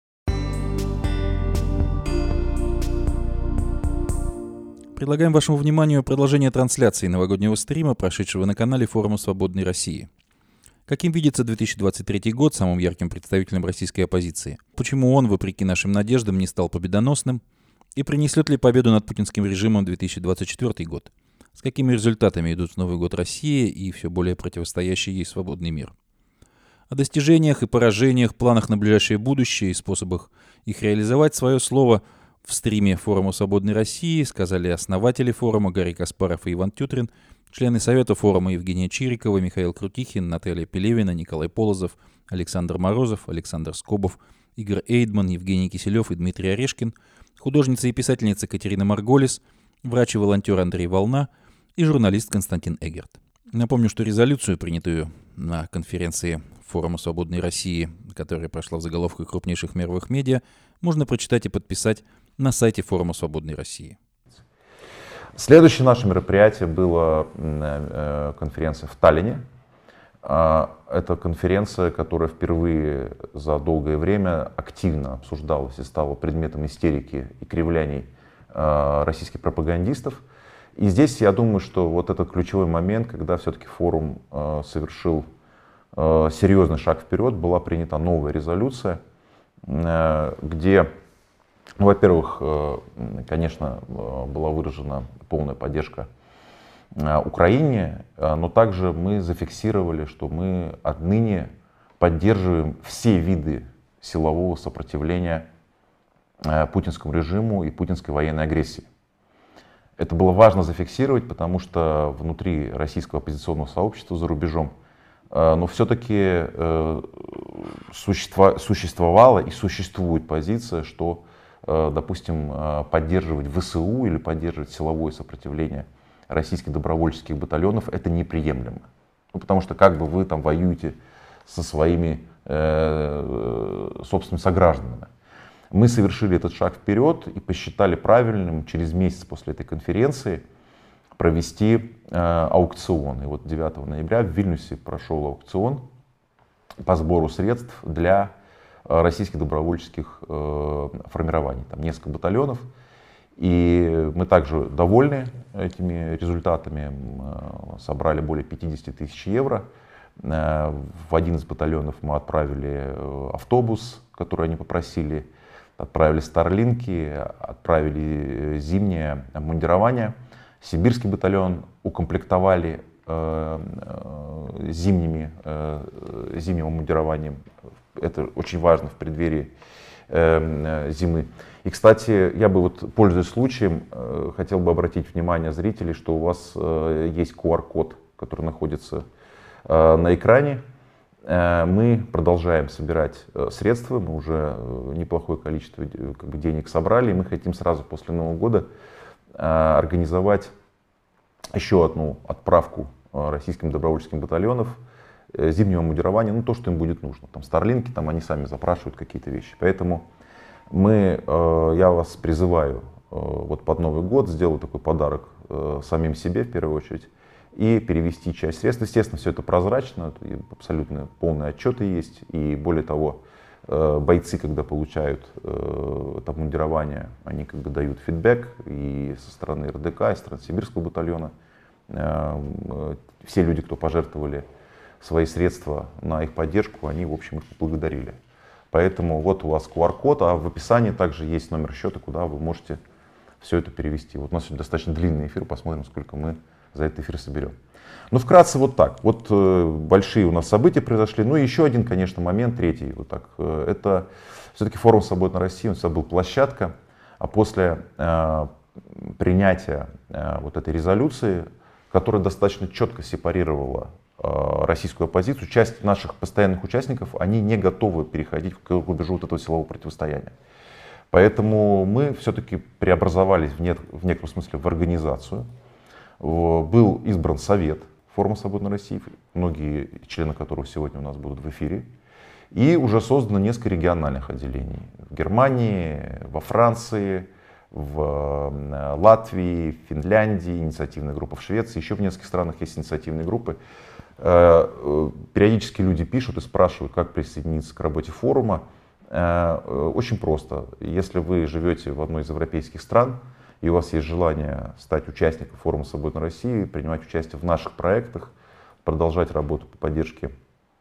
Предлагаем вашему вниманию продолжение трансляции новогоднего стрима, прошедшего на канале Форума Свободной России. Каким видится 2023 год самым ярким представителем российской оппозиции? Почему он, вопреки нашим надеждам, не стал победоносным? И принесет ли победу над путинским режимом 2024 год? С какими результатами идут в Новый год Россия и все более противостоящий ей свободный мир? О достижениях и поражениях, планах на ближайшее будущее и способах их реализовать свое слово в стриме Форума Свободной России сказали основатели форума Гарри Каспаров и Иван Тютрин, члены Совета форума Евгения Чирикова, Михаил Крутихин, Наталья Пелевина, Николай Полозов, Александр Морозов, Александр Скобов, Игорь Эйдман, Евгений Киселев и Дмитрий Орешкин, художница и писательница Катерина Марголис, врач и волонтер Андрей Волна и журналист Константин Эгерт. Напомню, что резолюцию, принятую на конференции Форума Свободной России, которая прошла в заголовках крупнейших мировых медиа, можно прочитать и подписать на сайте Форума Свободной России. Следующее наше мероприятие было конференция в Таллине. Это конференция, которая впервые за долгое время активно обсуждалась и стала предметом истерики и кривляний российских пропагандистов. И здесь я думаю, что вот этот ключевой момент, когда все-таки форум совершил серьезный шаг вперед, была принята новая резолюция, где, во-первых, конечно, была выражена полная поддержка Украине, но также мы зафиксировали, что мы отныне поддерживаем все виды силового сопротивления путинскому режиму и путинской военной агрессии. Это было важно зафиксировать, потому что внутри российского оппозиционного сообщества за рубежом, но все-таки существовала и существует позиция, что, допустим, поддерживать ВСУ или поддерживать силовое сопротивление российских добровольческих батальонов — это неприемлемо. Ну, потому что как бы вы там воюете со своими собственными согражданами. Мы совершили этот шаг вперед и посчитали правильным через месяц после этой конференции провести аукцион. И вот 9 ноября в Вильнюсе прошел аукцион по сбору средств для российских добровольческих формирований. Там несколько батальонов. И мы также довольны этими результатами. Собрали более 50 тысяч евро. В один из батальонов мы отправили автобус, который они попросили. Отправили старлинки, отправили зимнее обмундирование. Сибирский батальон укомплектовали зимним обмундированием. Это очень важно в преддверии зимы. И, кстати, я бы, вот, пользуясь случаем, хотел бы обратить внимание зрителей, что у вас есть QR-код, который находится на экране. Мы продолжаем собирать средства, мы уже неплохое количество денег собрали, и мы хотим сразу после Нового года организовать еще одну отправку российским добровольческим батальонов зимнего мундирования, ну то, что им будет нужно. Там старлинки, там они сами запрашивают какие-то вещи. Поэтому я вас призываю вот под Новый год сделать такой подарок самим себе в первую очередь и перевести часть средств. Естественно, все это прозрачно, абсолютно полные отчеты есть. И более того, бойцы, когда получают это обмундирование, они как бы дают фидбэк и со стороны РДК, и со стороны Сибирского батальона. Все люди, кто пожертвовали свои средства на их поддержку, они, в общем, их поблагодарили. Поэтому вот у вас QR-код, а в описании также есть номер счета, куда вы можете все это перевести. Вот у нас сегодня достаточно длинный эфир, посмотрим, сколько мы за этот эфир соберем. Ну, вкратце вот так. Вот большие у нас события произошли. Ну, и еще один, конечно, момент, третий. Вот так. Это все-таки форум «Свободная Россия», он всегда был площадка. А после принятия вот этой резолюции, которая достаточно четко сепарировала российскую оппозицию, часть наших постоянных участников, они не готовы переходить к рубежу вот этого силового противостояния. Поэтому мы все-таки преобразовались в некотором смысле в организацию. Был избран Совет форума «Свободной России», многие члены которого сегодня у нас будут в эфире. И уже создано несколько региональных отделений. В Германии, во Франции, в Латвии, в Финляндии, инициативная группа в Швеции. Еще в нескольких странах есть инициативные группы. Периодически люди пишут и спрашивают, как присоединиться к работе форума. Очень просто. Если вы живете в одной из европейских стран, и у вас есть желание стать участником форума «Свободной России», принимать участие в наших проектах, продолжать работу по поддержке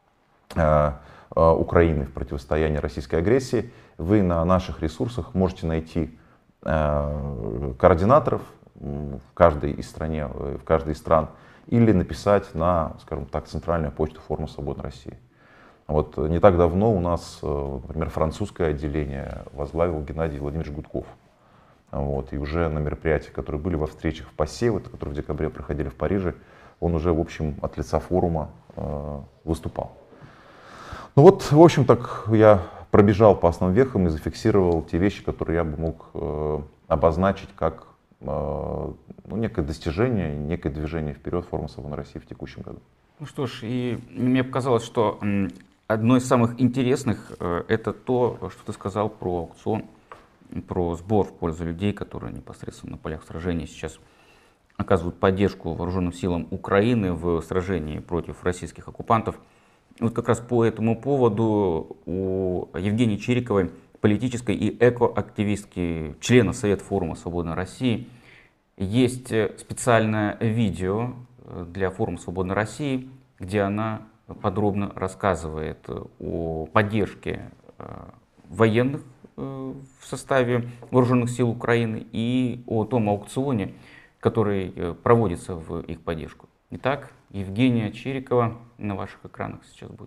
Украины в противостоянии российской агрессии, вы на наших ресурсах можете найти координаторов в каждой из стран или написать на, скажем так, центральную почту форума «Свободной России». Вот не так давно у нас, например, французское отделение возглавил Геннадий Владимирович Гудков. Вот, и уже на мероприятиях, которые были во встречах в ПАСЕ, которые в декабре проходили в Париже, он уже, в общем, от лица форума выступал. Ну вот, в общем, так я пробежал по основным вехам и зафиксировал те вещи, которые я бы мог обозначить как некое достижение, некое движение вперед форума «Свободной России» в текущем году. Ну что ж, и мне показалось, что одно из самых интересных это то, что ты сказал про аукцион, про сбор в пользу людей, которые непосредственно на полях сражений сейчас оказывают поддержку вооруженным силам Украины в сражении против российских оккупантов. Вот как раз по этому поводу у Евгении Чириковой, политической и экоактивистки, члена Совета форума «Свободной России», есть специальное видео для форума «Свободной России», где она подробно рассказывает о поддержке военных в составе вооруженных сил Украины и о том аукционе, который проводится в их поддержку. Итак, Евгения Чирикова на ваших экранах сейчас будет.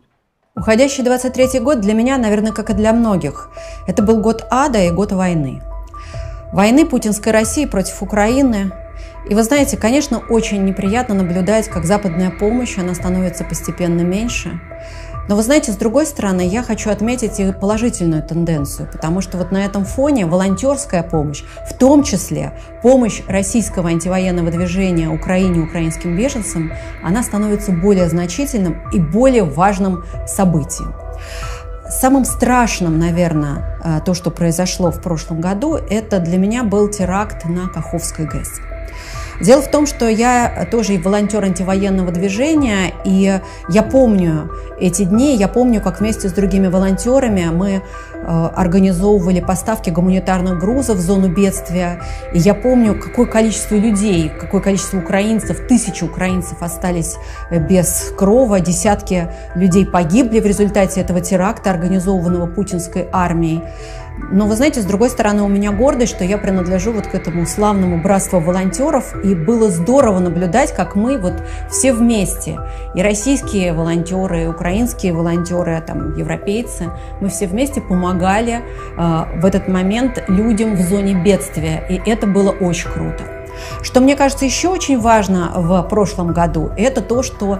Уходящий 23-й год для меня, наверное, как и для многих, это был год ада и год войны. Войны путинской России против Украины. И вы знаете, конечно, очень неприятно наблюдать, как западная помощь, она становится постепенно меньше. Но вы знаете, с другой стороны, я хочу отметить и положительную тенденцию, потому что вот на этом фоне волонтерская помощь, в том числе помощь российского антивоенного движения Украине, украинским беженцам, она становится более значительным и более важным событием. Самым страшным, наверное, то, что произошло в прошлом году, это для меня был теракт на Каховской ГЭС. Дело в том, что я тоже и волонтер антивоенного движения, и я помню эти дни, я помню, как вместе с другими волонтерами мы организовывали поставки гуманитарных грузов в зону бедствия, и я помню, какое количество людей, какое количество украинцев, тысячи украинцев остались без крова, десятки людей погибли в результате этого теракта, организованного путинской армией. Но вы знаете, с другой стороны, у меня гордость, что я принадлежу вот к этому славному братству волонтеров, и было здорово наблюдать, как мы вот все вместе, и российские волонтеры, и украинские волонтеры, там, европейцы, мы все вместе помогали в этот момент людям в зоне бедствия, и это было очень круто. Что мне кажется еще очень важно в прошлом году, это то, что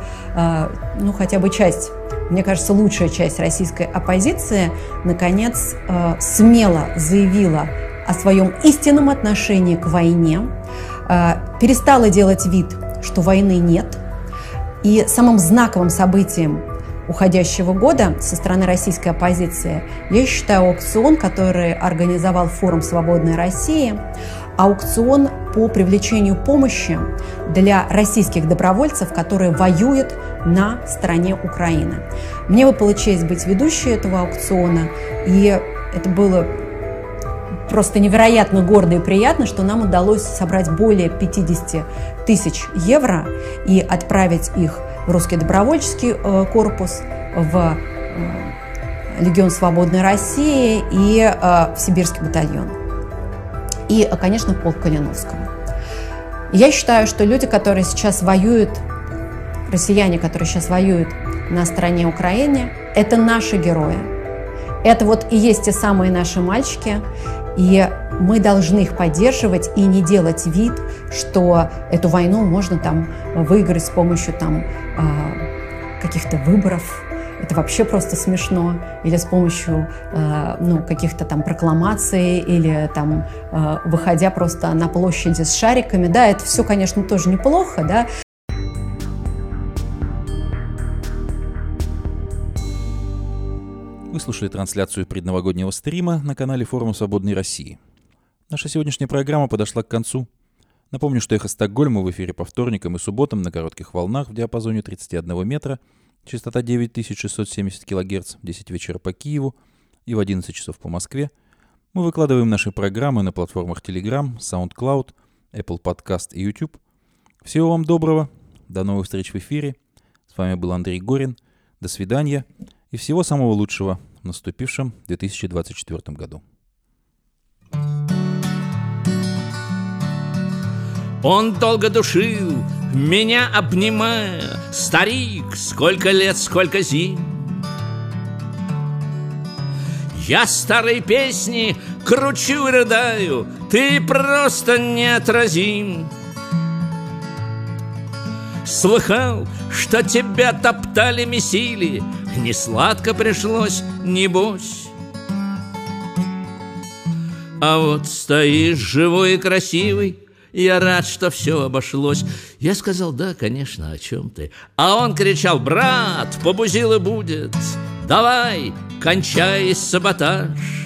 хотя бы часть, мне кажется, лучшая часть российской оппозиции наконец смело заявила о своем истинном отношении к войне, перестала делать вид, что войны нет. И самым знаковым событием уходящего года со стороны российской оппозиции я считаю аукцион, который организовал форум «Свободной России», аукцион по привлечению помощи для российских добровольцев, которые воюют на стороне Украины. Мне выпала честь быть ведущей этого аукциона, и это было просто невероятно гордо и приятно, что нам удалось собрать более 50 тысяч евро и отправить их в Русский добровольческий корпус, в Легион Свободной России и в Сибирский батальон. И, конечно, полк Калиновского. Я считаю, что люди, которые сейчас воюют, россияне, которые сейчас воюют на стороне Украины, это наши герои. Это вот и есть те самые наши мальчики, и мы должны их поддерживать и не делать вид, что эту войну можно там выиграть с помощью там каких-то выборов. Это вообще просто смешно. Или с помощью каких-то там прокламаций, или там выходя просто на площади с шариками. Да, это все, конечно, тоже неплохо, да. Вы слушали трансляцию предновогоднего стрима на канале форума «Свободной России». Наша сегодняшняя программа подошла к концу. Напомню, что «Эхо Стокгольма» в эфире по вторникам и субботам на коротких волнах в диапазоне 31 метра, частота 9670 кГц, в 10 вечера по Киеву и в 11 часов по Москве. Мы выкладываем наши программы на платформах Telegram, SoundCloud, Apple Podcast и YouTube. Всего вам доброго, до новых встреч в эфире. С вами был Андрей Горин. До свидания и всего самого лучшего в наступившем 2024 году. Он долго душил, меня обнимая, старик, сколько лет, сколько зим. Я старые песни кручу и рыдаю, ты просто неотразим. Слыхал, что тебя топтали, месили, не сладко пришлось, небось. А вот стоишь живой и красивый, я рад, что все обошлось. Я сказал, да, конечно, о чем ты? А он кричал, брат, побузило будет, давай, кончай саботаж.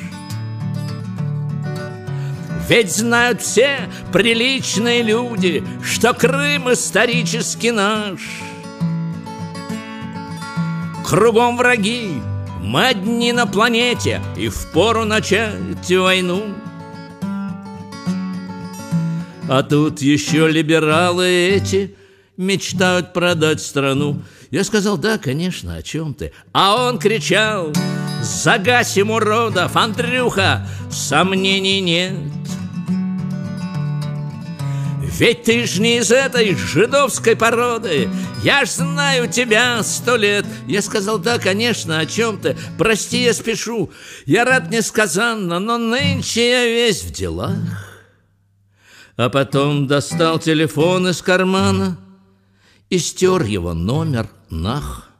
Ведь знают все приличные люди, что Крым исторически наш. Кругом враги, мы одни на планете, и впору начать войну. А тут еще либералы эти мечтают продать страну. Я сказал, да, конечно, о чем ты? А он кричал, загасим уродов, Андрюха, сомнений нет. Ведь ты ж не из этой жидовской породы. Я ж знаю тебя 100 лет. Я сказал: да, конечно, о чем ты? Прости, я спешу. Я рад несказанно, но нынче я весь в делах. А потом достал телефон из кармана и стер его номер нах.